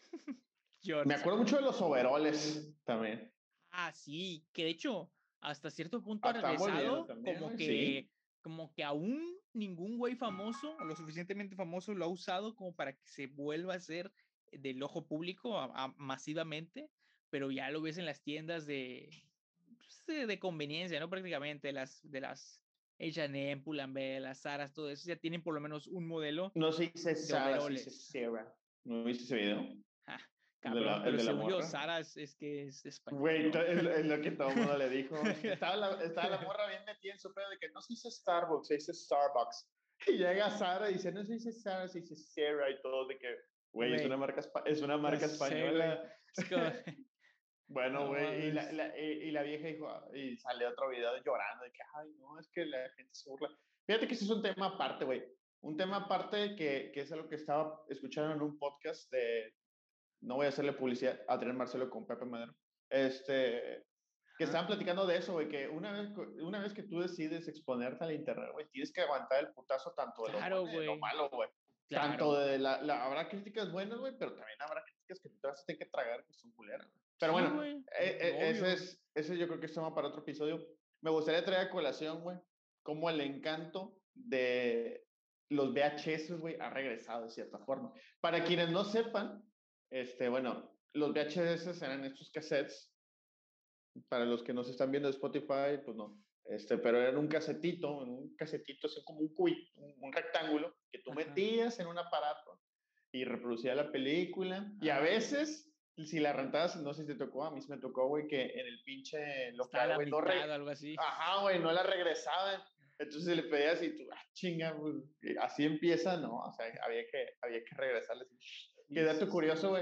Speaker 1: Me
Speaker 2: Shorts.
Speaker 1: acuerdo mucho de los overoles también.
Speaker 2: Ah, sí, que de hecho, hasta cierto punto
Speaker 1: Ah,
Speaker 2: ha
Speaker 1: están volviendo
Speaker 2: regresado,
Speaker 1: también,
Speaker 2: como
Speaker 1: güey,
Speaker 2: que,
Speaker 1: sí.
Speaker 2: como que aún ningún güey famoso, o lo suficientemente famoso, lo ha usado como para que se vuelva a ser del ojo público a- a- masivamente, pero ya lo ves en las tiendas de, pues, de, de conveniencia, ¿no? Prácticamente, las, de las H and M, Pull&Bear, las Zaras, todo eso, ya tienen por lo menos un modelo
Speaker 1: No se dice
Speaker 2: de
Speaker 1: Sara, se dice
Speaker 2: overoles.
Speaker 1: Sarah. ¿No viste ese video?
Speaker 2: Ja,
Speaker 1: El de
Speaker 2: cabrón,
Speaker 1: la, el
Speaker 2: pero
Speaker 1: de la
Speaker 2: según yo,
Speaker 1: morra.
Speaker 2: Zara es, es que es español,
Speaker 1: Güey, to-
Speaker 2: ¿no?
Speaker 1: es, es lo que todo el mundo le dijo. Estaba la, estaba la morra bien metida en su pedo de que no se dice Starbucks, se dice Starbucks. Y llega Sara y dice, no se dice Sara, se dice Sarah y todo de que, güey, es una
Speaker 2: Güey,
Speaker 1: marca, espa- es una
Speaker 2: ya
Speaker 1: marca
Speaker 2: sé, güey.
Speaker 1: española.
Speaker 2: Es como,
Speaker 1: Bueno,
Speaker 2: no
Speaker 1: güey, y la,
Speaker 2: mames.
Speaker 1: la- y, y la vieja dijo, ah, y sale otro video llorando de que, ay, no, es que la gente se burla. Fíjate que ese es un tema aparte, güey. Un tema aparte que, que es algo que estaba escuchando en un podcast de, no voy a hacerle publicidad, a Adrián Marcelo con Pepe Madero, este, que
Speaker 2: Ajá.
Speaker 1: estaban platicando de eso, güey, que una vez, una vez que tú decides exponerte al internet, güey, tienes que aguantar el putazo tanto de lo
Speaker 2: Claro,
Speaker 1: bueno y de lo
Speaker 2: güey.
Speaker 1: malo, güey. Tanto
Speaker 2: Claro.
Speaker 1: de la, la, habrá críticas buenas, güey, pero también habrá críticas que tú te vas a tener que tragar que son culeras, güey. Pero
Speaker 2: Sí,
Speaker 1: bueno,
Speaker 2: güey.
Speaker 1: e- e- ese
Speaker 2: Obvio.
Speaker 1: es, ese yo creo que es tema para otro episodio. Me gustaría traer a colación, güey, cómo el encanto de los V H S, güey, ha regresado de cierta forma. Para quienes no sepan, este, bueno, los V H S eran estos cassettes, para los que nos están viendo de Spotify, pues no, este, pero era un casetito, un casetito así como un cubi, un, un rectángulo que tú
Speaker 2: Ajá.
Speaker 1: metías en un aparato y reproducía la película. Y a
Speaker 2: Ajá.
Speaker 1: veces, si la rentabas, no sé si te tocó, a mí se me tocó, güey, que en el pinche
Speaker 2: Está a
Speaker 1: local,
Speaker 2: la
Speaker 1: güey, no re...
Speaker 2: mitad, algo así.
Speaker 1: Ajá, güey, no la regresaban. Entonces le pedías y tú, ah, chinga, pues, así empieza, ¿no? O sea, había que, había que regresarles. Qué
Speaker 2: Sí,
Speaker 1: dato
Speaker 2: sí, sí.
Speaker 1: curioso, güey.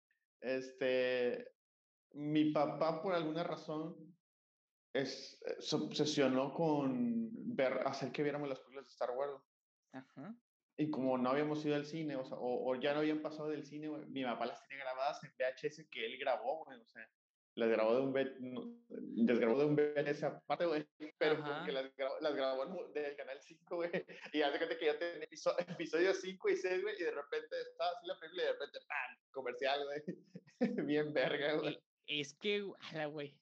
Speaker 1: Este, mi papá, por alguna razón, es, eh, se obsesionó con ver, hacer que viéramos las películas de Star Wars.
Speaker 2: Ajá.
Speaker 1: Y como no habíamos ido al cine, o, sea, o, o ya no habían pasado del cine, güey, mi papá las tenía grabadas en V H S que él grabó, güey, o sea, las grabó de un, V- no, las grabó de un V H S aparte, güey, pero como que
Speaker 2: Ajá.
Speaker 1: las grabó, las grabó en- del canal cinco, güey, y hace cuenta que ya tenía episo- episodios cinco y seis, güey, y de repente estaba así la película y de repente, ¡pam! Comercial, güey, bien verga, güey.
Speaker 2: E- Es que, ala, güey.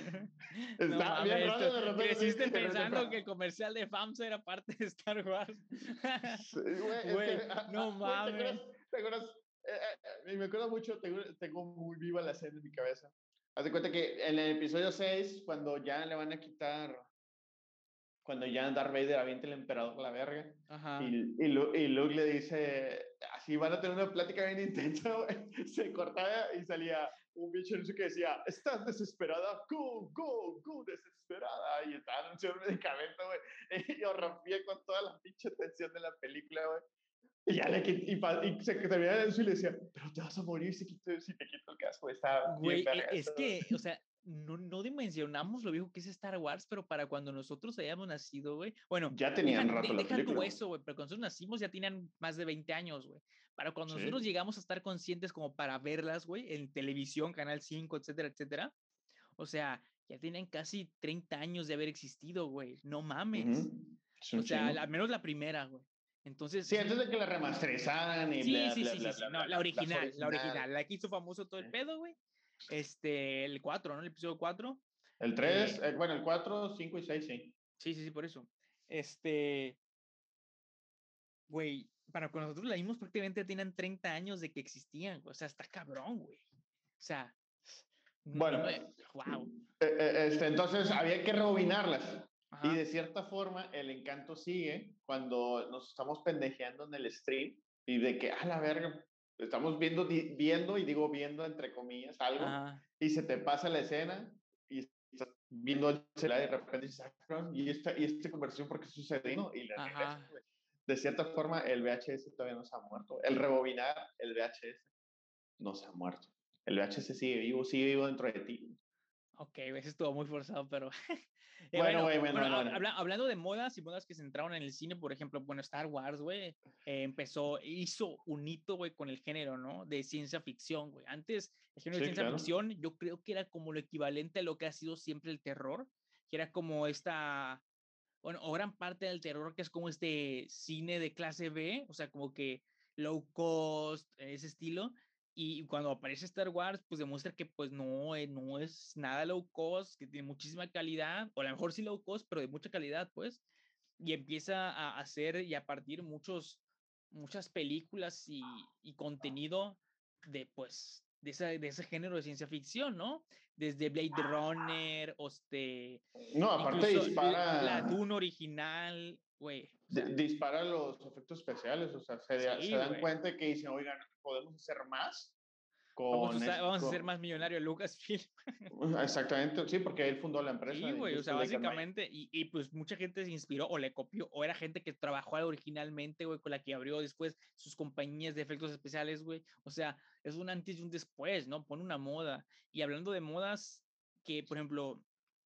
Speaker 2: No
Speaker 1: Está bien
Speaker 2: mames, esto,
Speaker 1: raro de repente,
Speaker 2: creciste
Speaker 1: de repente,
Speaker 2: pensando que
Speaker 1: ¡pam!
Speaker 2: el comercial de FAMSA era parte de Star Wars.
Speaker 1: Sí, güey, es que,
Speaker 2: Güey,
Speaker 1: ah,
Speaker 2: no
Speaker 1: ah, güey, ¿te acuerdas?
Speaker 2: mames.
Speaker 1: ¿Te acuerdas? Eh, eh, y me acuerdo mucho, tengo, tengo muy viva la escena en mi cabeza. Haz de cuenta que en el episodio seis, cuando ya le van a quitar, cuando ya Darth Vader avienta el emperador a la verga,
Speaker 2: Ajá.
Speaker 1: y, y, Lu- y Luke le dice, así van a tener una plática bien intensa, güey. Se cortaba y salía un bicho en eso que decía, ¿estás desesperada? Go, go, go, desesperada. Y estaba anunciando un medicamento, güey. Y yo rompía con toda la pinche tensión de la película, güey. Y ya le quit- y, pa- y se terminaba eso y le decía, pero te vas a morir si, quito, si te quito el casco. Está bien
Speaker 2: Güey, e-
Speaker 1: verga
Speaker 2: es
Speaker 1: eso.
Speaker 2: que, o sea, no, no dimensionamos lo viejo que es Star Wars, pero para cuando nosotros hayamos nacido, güey, bueno,
Speaker 1: Ya
Speaker 2: deja,
Speaker 1: tenían rato
Speaker 2: de-
Speaker 1: la
Speaker 2: deja tú
Speaker 1: película.
Speaker 2: eso, güey, pero cuando nosotros nacimos ya tenían más de veinte años, güey. Para cuando nosotros
Speaker 1: Sí.
Speaker 2: llegamos a estar conscientes como para verlas, güey, en televisión, Canal cinco, etcétera, etcétera, o sea, ya tienen casi treinta años de haber existido, güey, no mames.
Speaker 1: Ujú. Es
Speaker 2: O
Speaker 1: un
Speaker 2: sea,
Speaker 1: chingo.
Speaker 2: al menos la primera, güey. Entonces,
Speaker 1: Sí,
Speaker 2: es un...
Speaker 1: antes de que la remasterizaran y
Speaker 2: Sí,
Speaker 1: bla,
Speaker 2: sí,
Speaker 1: bla,
Speaker 2: sí, sí,
Speaker 1: bla,
Speaker 2: sí,
Speaker 1: bla,
Speaker 2: no,
Speaker 1: bla,
Speaker 2: la
Speaker 1: bla. Las
Speaker 2: original, la
Speaker 1: originales.
Speaker 2: original, la que hizo famoso todo el
Speaker 1: Sí.
Speaker 2: pedo, güey. Este, el cuatro, ¿no? El episodio cuatro.
Speaker 1: El tres,
Speaker 2: Eh,
Speaker 1: eh, bueno, el cuatro, cinco y seis, sí.
Speaker 2: sí, sí, sí, por eso. Este, güey, para cuando nosotros la vimos prácticamente tenían treinta años de que existían, güey. O sea, está cabrón, güey. O sea, no, no
Speaker 1: Bueno,
Speaker 2: me, wow.
Speaker 1: eh, eh, este, entonces había que rebobinarlas. Y
Speaker 2: Ajá,
Speaker 1: de cierta forma, el encanto sigue cuando nos estamos pendejeando en el stream y de que, a la verga, estamos viendo, di- viendo, y digo viendo entre comillas, algo,
Speaker 2: ajá,
Speaker 1: y se te pasa la escena y estás viendo el celular y de repente dices, "Ah, cabrón, ¿y esta, y esta conversación por qué sucedió?" Y la regresas,
Speaker 2: ajá.
Speaker 1: güey. De cierta forma, el V H S todavía no se ha muerto. El rebobinar el V H S no se ha muerto. El V H S sigue vivo, sigue vivo dentro de ti.
Speaker 2: Ok, ese estuvo muy forzado, pero eh,
Speaker 1: Bueno,
Speaker 2: bueno,
Speaker 1: güey, bueno,
Speaker 2: bueno,
Speaker 1: bueno,
Speaker 2: hab-
Speaker 1: bueno.
Speaker 2: habla- hablando de modas y modas que se entraron en el cine, por ejemplo, bueno, Star Wars, güey, eh, empezó, hizo un hito, güey, con el género, ¿no? De ciencia ficción, güey. Antes, el género de
Speaker 1: Sí,
Speaker 2: ciencia
Speaker 1: claro.
Speaker 2: ficción, yo creo que era como lo equivalente a lo que ha sido siempre el terror, que era como esta, bueno, o gran parte del terror, que es como este cine de clase B, o sea, como que low cost, ese estilo. Y cuando aparece Star Wars, pues demuestra que pues no, eh, no es nada low cost, que tiene muchísima calidad, o a lo mejor sí low cost, pero de mucha calidad, pues. Y empieza a hacer y a partir muchos, muchas películas y, y contenido de, pues, de, esa, de ese género de ciencia ficción, ¿no? Desde Blade Runner, o este,
Speaker 1: No, aparte
Speaker 2: incluso la
Speaker 1: dispara,
Speaker 2: Dune original, güey, o sea,
Speaker 1: di- dispara los efectos especiales, o sea, se, da- se
Speaker 2: sí,
Speaker 1: dan
Speaker 2: güey.
Speaker 1: cuenta que dicen, oigan, podemos hacer más
Speaker 2: Vamos a,
Speaker 1: con
Speaker 2: usar,
Speaker 1: esto.
Speaker 2: vamos a ser
Speaker 1: Con...
Speaker 2: más millonario Lucasfilm.
Speaker 1: Exactamente, sí, porque él fundó la empresa,
Speaker 2: Sí, güey, o sea,
Speaker 1: Industrial Light and Magic.
Speaker 2: básicamente, y, y pues mucha gente se inspiró o le copió, o era gente que trabajó originalmente, güey, con la que abrió después sus compañías de efectos especiales, güey. O sea, es un antes y un después, ¿no? Pone una moda. Y hablando de modas, que por ejemplo,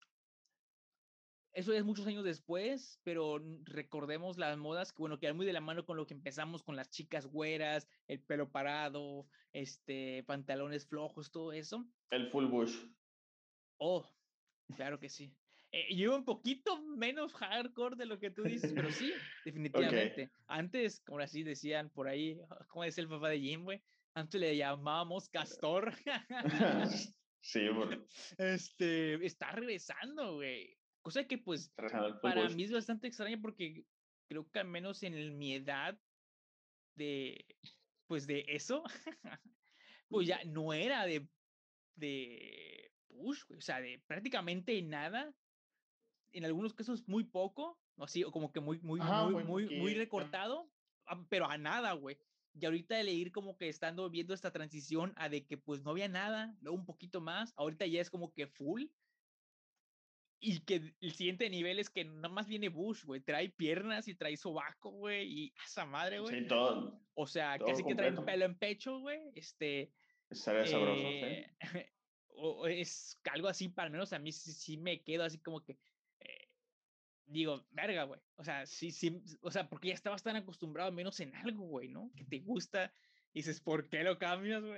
Speaker 2: eso es muchos años después, pero recordemos las modas que, bueno, que muy de la mano con lo que empezamos con las chicas güeras, el pelo parado, este, pantalones flojos, todo eso.
Speaker 1: El Full Bush.
Speaker 2: Oh, claro que sí. Eh, yo un poquito menos hardcore de lo que tú dices, pero sí,
Speaker 1: Ok.
Speaker 2: definitivamente. Antes, como así decían por ahí, ¿cómo es el papá de Jim, güey? Antes le llamábamos Castor.
Speaker 1: Sí, bueno,
Speaker 2: Este, está regresando, güey. Cosa que, pues,
Speaker 1: trazando el Full
Speaker 2: para
Speaker 1: Bush.
Speaker 2: mí es bastante extraña porque creo que al menos en el- mi edad de, pues, de eso, pues ya no era de, de push, güey. O sea, de prácticamente nada, en algunos casos muy poco, o así, o como que muy, muy,
Speaker 1: Ajá,
Speaker 2: muy,
Speaker 1: muy
Speaker 2: muy, muy
Speaker 1: poquito.
Speaker 2: recortado, ah, pero a nada, güey. Y ahorita de leer como que estando viendo esta transición a de que pues no había nada, luego un poquito más, ahorita ya es como que full, y que el siguiente nivel es que nada más viene Bush, güey, trae piernas y trae sobaco, güey, y a esa madre, güey.
Speaker 1: Sí, todo,
Speaker 2: O sea,
Speaker 1: todo
Speaker 2: casi que traen
Speaker 1: completo.
Speaker 2: pelo en pecho, güey, este,
Speaker 1: Estaría sabroso, sí.
Speaker 2: eh, o, o es algo así, para al menos a mí sí, sí me quedo así como que, eh, digo, verga, güey. O sea, sí, sí, o sea, porque ya estabas tan acostumbrado menos en algo, güey, ¿no? Que te gusta y dices, ¿por qué lo cambias, güey?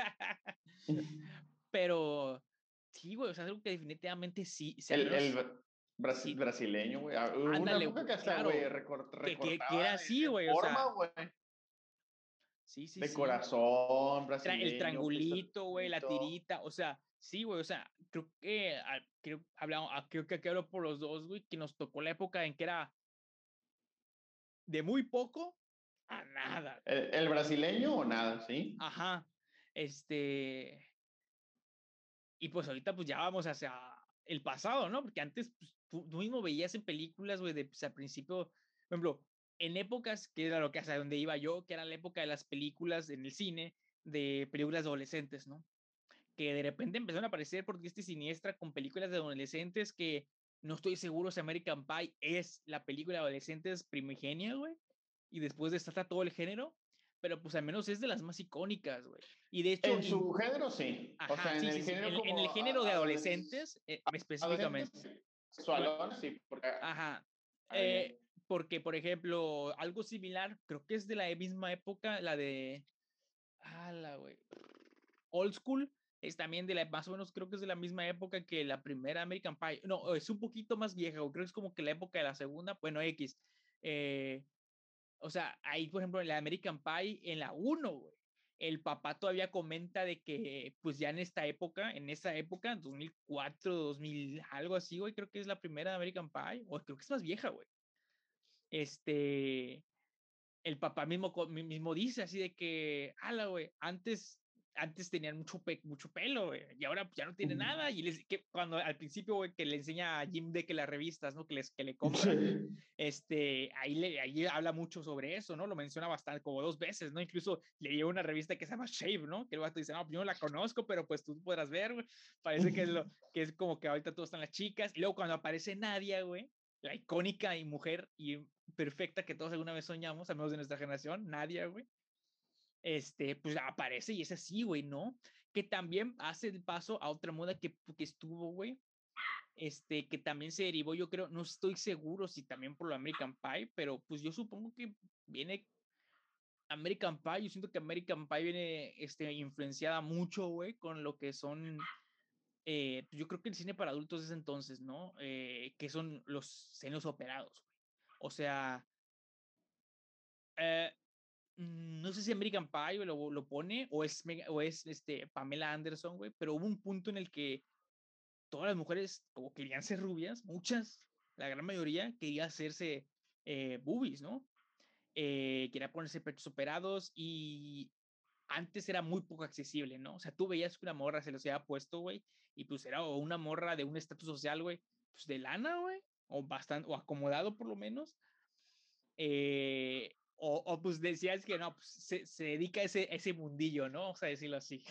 Speaker 2: Pero sí, güey, o sea, es algo que definitivamente sí, sí, al
Speaker 1: El,
Speaker 2: menos,
Speaker 1: el brasi-
Speaker 2: sí,
Speaker 1: brasileño, güey. Ah, hubo una
Speaker 2: ándale,
Speaker 1: época
Speaker 2: güey,
Speaker 1: que hasta, güey,
Speaker 2: claro,
Speaker 1: recor-
Speaker 2: que, que, que
Speaker 1: recortaba
Speaker 2: era así,
Speaker 1: en, en
Speaker 2: güey, o
Speaker 1: forma,
Speaker 2: sea,
Speaker 1: güey.
Speaker 2: sí, sí,
Speaker 1: De
Speaker 2: sí.
Speaker 1: corazón,
Speaker 2: Tra- el
Speaker 1: brasileño,
Speaker 2: triangulito, güey, la
Speaker 1: pistolito.
Speaker 2: tirita, o sea, sí, güey, o sea, creo que, ah, creo, hablamos, ah, creo que aquí hablo por los dos, güey, que nos tocó la época en que era de muy poco a nada.
Speaker 1: ¿El, el brasileño o nada, sí?
Speaker 2: Ajá. Este, y pues ahorita pues ya vamos hacia el pasado, ¿no? Porque antes pues, tú, tú mismo veías en películas, güey, de pues, al principio, por ejemplo, en épocas, que era lo que hacia donde iba yo, que era la época de las películas en el cine, de películas adolescentes, ¿no? Que de repente empezaron a aparecer porque este siniestra con películas de adolescentes que no estoy seguro si American Pie es la película de adolescentes primigenia, güey, y después destaca todo el género, pero pues al menos es de las más icónicas, güey. Y de hecho,
Speaker 1: En
Speaker 2: in...
Speaker 1: su género, sí. O
Speaker 2: ajá,
Speaker 1: sea, en
Speaker 2: sí,
Speaker 1: el
Speaker 2: sí, sí,
Speaker 1: género
Speaker 2: en, en el
Speaker 1: como
Speaker 2: género de
Speaker 1: adolescentes,
Speaker 2: adolescentes, eh,
Speaker 1: adolescentes
Speaker 2: específicamente.
Speaker 1: sexualón, sí, porque
Speaker 2: Ajá.
Speaker 1: ahí
Speaker 2: Eh,
Speaker 1: bien.
Speaker 2: porque, por ejemplo, algo similar, creo que es de la misma época, la de... Ah, la güey. Old School es también de la, más o menos creo que es de la misma época que la primera American Pie. No, es un poquito más vieja, creo que es como que la época de la segunda, bueno, X. Eh, o sea, ahí, por ejemplo, en la American Pie, en la uno, güey, el papá todavía comenta de que, pues ya en esta época, en esa época, dos mil cuatro, dos mil, algo así, güey, creo que es la primera American Pie, o creo que es más vieja, güey. Este, el papá mismo, mismo dice así de que, ala, güey, antes, antes tenían mucho, pe mucho pelo, güey, y ahora ya no tiene nada. Y les, que cuando al principio, güey, que le enseña a Jim de que las revistas, ¿no? Que, les, que le compra,
Speaker 1: Sí.
Speaker 2: este, ahí, le, ahí habla mucho sobre eso, ¿no? Lo menciona bastante, como dos veces, ¿no? Incluso le lleva una revista que se llama Shave, ¿no? Que el vato dice, no, yo no la conozco, pero pues tú podrás ver, güey. Parece que es, lo, que es como que ahorita todos están las chicas. Y luego cuando aparece Nadia, güey, la icónica y mujer y perfecta que todos alguna vez soñamos, al menos de nuestra generación, Nadia, güey, este, pues aparece y es así, güey, ¿no? Que también hace el paso a otra moda que, que estuvo, güey, este, que también se derivó, yo creo, no estoy seguro si también por lo American Pie, pero pues yo supongo que viene American Pie, yo siento que American Pie viene, este, influenciada mucho, güey, con lo que son, eh, yo creo que el cine para adultos es entonces, ¿no? Eh, que son los senos operados, güey. O sea, eh, no sé si American Pie lo, lo pone o es, o es este, Pamela Anderson, güey, pero hubo un punto en el que todas las mujeres como querían ser rubias, muchas, la gran mayoría quería hacerse eh, boobies, ¿no? Eh, quería ponerse pechos operados y antes era muy poco accesible, ¿no? O sea, tú veías que una morra se los había puesto, güey, y pues era o una morra de un estatus social, güey, pues de lana, güey, o bastante, o acomodado por lo menos, eh, o, o, pues decías que no, pues se, se dedica a ese, a ese mundillo, ¿no? Vamos a decirlo así.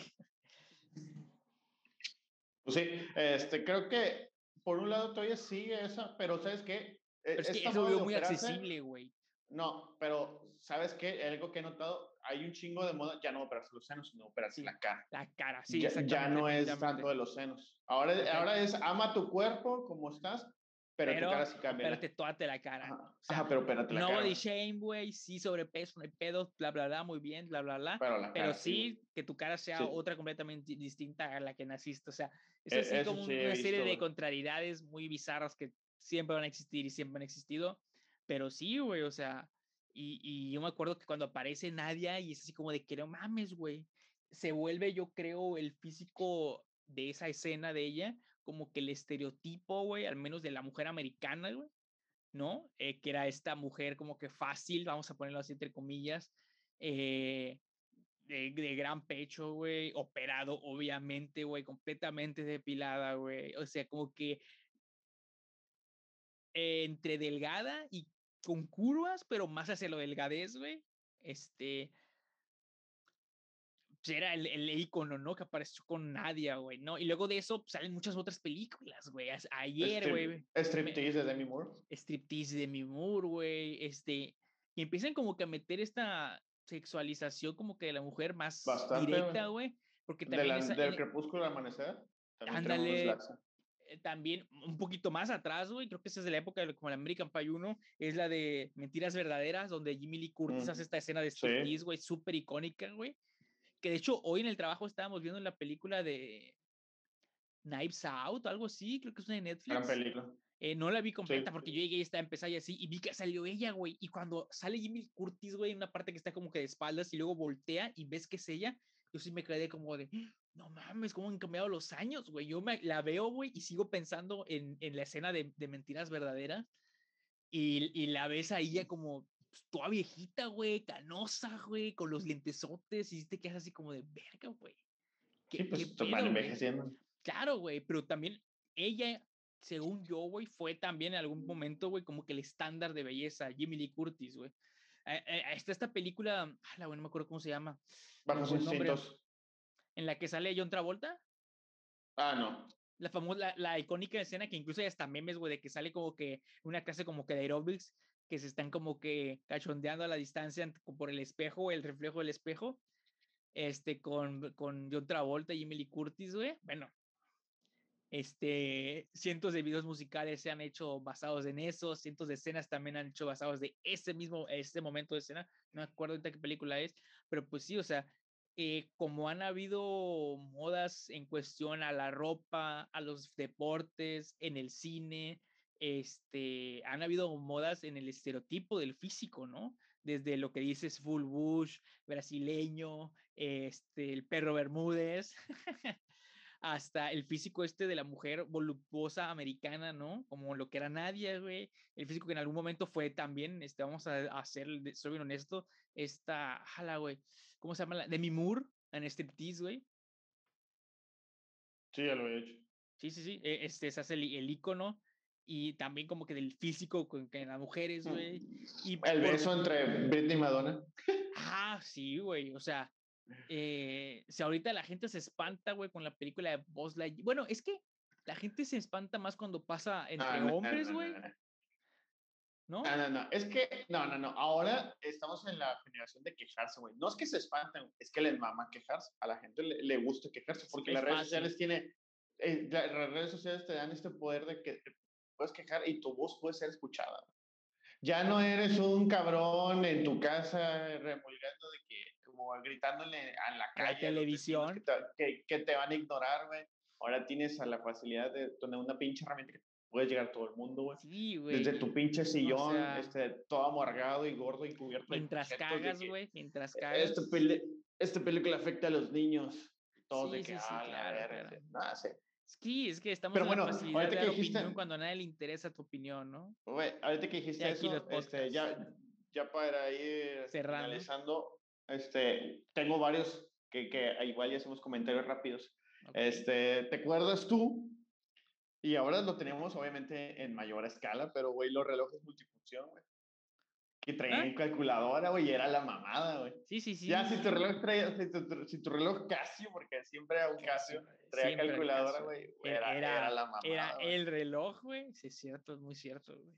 Speaker 1: Pues sí, este, creo que por un lado todavía sigue esa, pero ¿sabes qué?
Speaker 2: Pero
Speaker 1: E-
Speaker 2: es que
Speaker 1: Esta
Speaker 2: eso lo
Speaker 1: moda
Speaker 2: veo
Speaker 1: de
Speaker 2: muy
Speaker 1: operarse,
Speaker 2: accesible, güey.
Speaker 1: no, pero ¿sabes qué? Algo que he notado, hay un chingo de moda, ya no operarse los senos, sino operarse
Speaker 2: Sí,
Speaker 1: la cara.
Speaker 2: la cara, sí,
Speaker 1: Ya, ya
Speaker 2: exactamente,
Speaker 1: no es tanto
Speaker 2: definitivamente.
Speaker 1: de los senos. Ahora,
Speaker 2: Opérate,
Speaker 1: ahora es ama tu cuerpo como estás, pero tu cara
Speaker 2: pero
Speaker 1: sí cámbiala.
Speaker 2: opérate toda la cara, ¿no?
Speaker 1: Ajá,
Speaker 2: O sea,
Speaker 1: ajá, pero opérate la
Speaker 2: no
Speaker 1: cara,
Speaker 2: body
Speaker 1: güey.
Speaker 2: shame, güey, sí sobrepeso, no hay pedos, bla, bla, bla, muy bien, bla, bla, bla,
Speaker 1: Pero la
Speaker 2: pero
Speaker 1: cara sí,
Speaker 2: sí
Speaker 1: güey.
Speaker 2: que tu cara sea
Speaker 1: Sí,
Speaker 2: otra completamente distinta a la que naciste. O sea, es
Speaker 1: e-
Speaker 2: así
Speaker 1: eso
Speaker 2: como
Speaker 1: sí he
Speaker 2: una serie
Speaker 1: visto,
Speaker 2: de
Speaker 1: güey.
Speaker 2: contrariedades muy bizarras que siempre van a existir y siempre han existido, pero sí, güey, o sea, y, y yo me acuerdo que cuando aparece Nadia y es así como de que no mames, güey, se vuelve, yo creo, el físico de esa escena de ella, como que el estereotipo, güey, al menos de la mujer americana, güey, ¿no? Eh, que era esta mujer como que fácil, vamos a ponerlo así entre comillas, eh, de, de, gran pecho, güey, operado, obviamente, güey, completamente depilada, güey. O sea, como que eh, entre delgada y con curvas, pero más hacia lo delgadez, güey. Este, pues era el, el icono, ¿no? Que apareció con Nadia, güey, ¿no? Y luego de eso pues, salen muchas otras películas, güey. Ayer,
Speaker 1: Strip,
Speaker 2: güey, me,
Speaker 1: striptease de Demi Moore.
Speaker 2: striptease de Demi Moore, güey, este, y empiezan como que a meter esta sexualización como que de la mujer más
Speaker 1: Bastante, güey.
Speaker 2: directa, güey, porque
Speaker 1: De
Speaker 2: también
Speaker 1: la,
Speaker 2: esa,
Speaker 1: del
Speaker 2: en,
Speaker 1: crepúsculo al amanecer. También tenemos Miss
Speaker 2: ándale,
Speaker 1: Laxa.
Speaker 2: eh, también un poquito más atrás, güey, creo que esa es de la época de como la American Pie uno, es la de Mentiras Verdaderas, donde Jimmy Lee Curtis
Speaker 1: Mm,
Speaker 2: hace esta escena de striptease,
Speaker 1: sí,
Speaker 2: güey, súper icónica, güey, que de hecho hoy en el trabajo estábamos viendo la película de Knives Out, algo así, creo que es una de
Speaker 1: gran
Speaker 2: Netflix.
Speaker 1: película.
Speaker 2: Eh, no la vi completa
Speaker 1: Sí.
Speaker 2: porque yo llegué y estaba empezada y así, y vi que salió ella, güey. Y cuando sale Jimmy Curtis, güey, en una parte que está como que de espaldas y luego voltea y ves que es ella, yo sí me quedé como de, no mames, cómo han cambiado los años, güey. Yo me, la veo, güey, y sigo pensando en, en la escena de, de Mentiras Verdaderas y, y la ves a ella como pues, toda viejita, güey, canosa, güey, con los lentesotes, y te quedas así como de verga, güey.
Speaker 1: Sí,
Speaker 2: ¿Qué, qué
Speaker 1: pues van
Speaker 2: pedo, güey?
Speaker 1: envejeciendo.
Speaker 2: Claro, güey, pero también ella, según yo, güey, fue también en algún momento, güey, como que el estándar de belleza, Jamie Lee Curtis, güey. Eh, eh, está esta película, ah, la güey, no me acuerdo cómo se llama, se me
Speaker 1: Bajos
Speaker 2: fue el nombre,
Speaker 1: instintos.
Speaker 2: en la que sale John Travolta.
Speaker 1: Ah, no.
Speaker 2: La famosa, la, la icónica escena que incluso hay hasta memes, güey, de que sale como que una clase como que de aerobics, que se están como que cachondeando a la distancia por el espejo, el reflejo del espejo, este, con, con John Travolta y Emily Curtis, güey. Bueno, este, cientos de videos musicales se han hecho basados en eso, cientos de escenas también han hecho basados de ese mismo, ese momento de escena, no me acuerdo ahorita qué película es, pero pues sí, o sea, eh, como han habido modas en cuestión a la ropa, a los deportes, en el cine, este, han habido modas en el estereotipo del físico, ¿no? Desde lo que dices full bush, brasileño, este, el perro Bermúdez, hasta el físico este de la mujer voluptuosa americana, ¿no? Como lo que era Nadia, güey. El físico que en algún momento fue también, este, vamos a, a hacer, soy bien honesto, esta, jala, güey, ¿cómo se llama? La, Demi Moore en striptease, güey.
Speaker 1: Sí, ya lo he hecho.
Speaker 2: Sí, sí, sí, e, este, se hace el, el icono y también como que del físico con que en las mujeres, güey. Y
Speaker 1: El
Speaker 2: por...
Speaker 1: beso entre Britney y Madonna.
Speaker 2: Ah, sí, güey, o sea, eh, si ahorita la gente se espanta, güey, con la película de Buzz Lightyear. Bueno, es que la gente se espanta más cuando pasa
Speaker 1: No,
Speaker 2: entre
Speaker 1: no,
Speaker 2: hombres,
Speaker 1: no,
Speaker 2: güey,
Speaker 1: no, no. No,
Speaker 2: ¿no?
Speaker 1: no, no, es que, no, no, no, ahora estamos en la generación de quejarse, güey. No es que se espanten, es que les mama quejarse. A la gente le, le gusta quejarse
Speaker 2: Es,
Speaker 1: porque
Speaker 2: es
Speaker 1: las redes
Speaker 2: fácil.
Speaker 1: sociales tiene, eh, las redes sociales te dan este poder de que te puedes quejar y tu voz puede ser escuchada. Ya no eres un cabrón en tu casa remolgando de que, como gritándole a la
Speaker 2: A la
Speaker 1: calle a los vecinos que
Speaker 2: televisión.
Speaker 1: te, que, que te van a ignorar, güey. Ahora tienes a la facilidad de tener una pinche herramienta que puedes llegar a todo el mundo, güey.
Speaker 2: Sí,
Speaker 1: Desde
Speaker 2: güey.
Speaker 1: tu pinche
Speaker 2: O
Speaker 1: sillón,
Speaker 2: sea,
Speaker 1: este, todo amargado y gordo y cubierto de
Speaker 2: mientras
Speaker 1: chetos, de
Speaker 2: cagas,
Speaker 1: que
Speaker 2: güey, mientras
Speaker 1: esta,
Speaker 2: cagas.
Speaker 1: peli esta película afecta a los niños. Todos de
Speaker 2: Sí,
Speaker 1: que,
Speaker 2: sí, sí,
Speaker 1: ah, la
Speaker 2: claro,
Speaker 1: verga,
Speaker 2: claro.
Speaker 1: nada sé.
Speaker 2: Sí, es que estamos
Speaker 1: Pero
Speaker 2: en la
Speaker 1: bueno,
Speaker 2: facilidad de
Speaker 1: ahorita que
Speaker 2: dar opinión
Speaker 1: dijiste,
Speaker 2: cuando a nadie le interesa tu opinión, ¿no?
Speaker 1: güey, ahorita que
Speaker 2: Y
Speaker 1: dijiste
Speaker 2: aquí los
Speaker 1: eso, este,
Speaker 2: podcasts.
Speaker 1: ya, ya para ir
Speaker 2: Cerrando.
Speaker 1: finalizando, este, tengo varios que, que igual ya hacemos comentarios rápidos.
Speaker 2: Ok.
Speaker 1: Este, ¿te acuerdas tú? Y ahora lo tenemos obviamente en mayor escala, pero güey, los relojes multifunción, güey, que
Speaker 2: ¿Ah?
Speaker 1: traían calculadora, güey, y era la mamada, güey.
Speaker 2: Sí, sí,
Speaker 1: Ya
Speaker 2: sí,
Speaker 1: si tu
Speaker 2: sí.
Speaker 1: reloj traía, si tu, si tu reloj Casio, porque siempre era un
Speaker 2: Casio,
Speaker 1: Casio,
Speaker 2: güey.
Speaker 1: traía
Speaker 2: Siempre el
Speaker 1: calculadora,
Speaker 2: Casio.
Speaker 1: güey,
Speaker 2: Era,
Speaker 1: era, era
Speaker 2: era,
Speaker 1: la
Speaker 2: era
Speaker 1: mamada, güey.
Speaker 2: el reloj, güey. Sí, es cierto, es muy cierto, güey.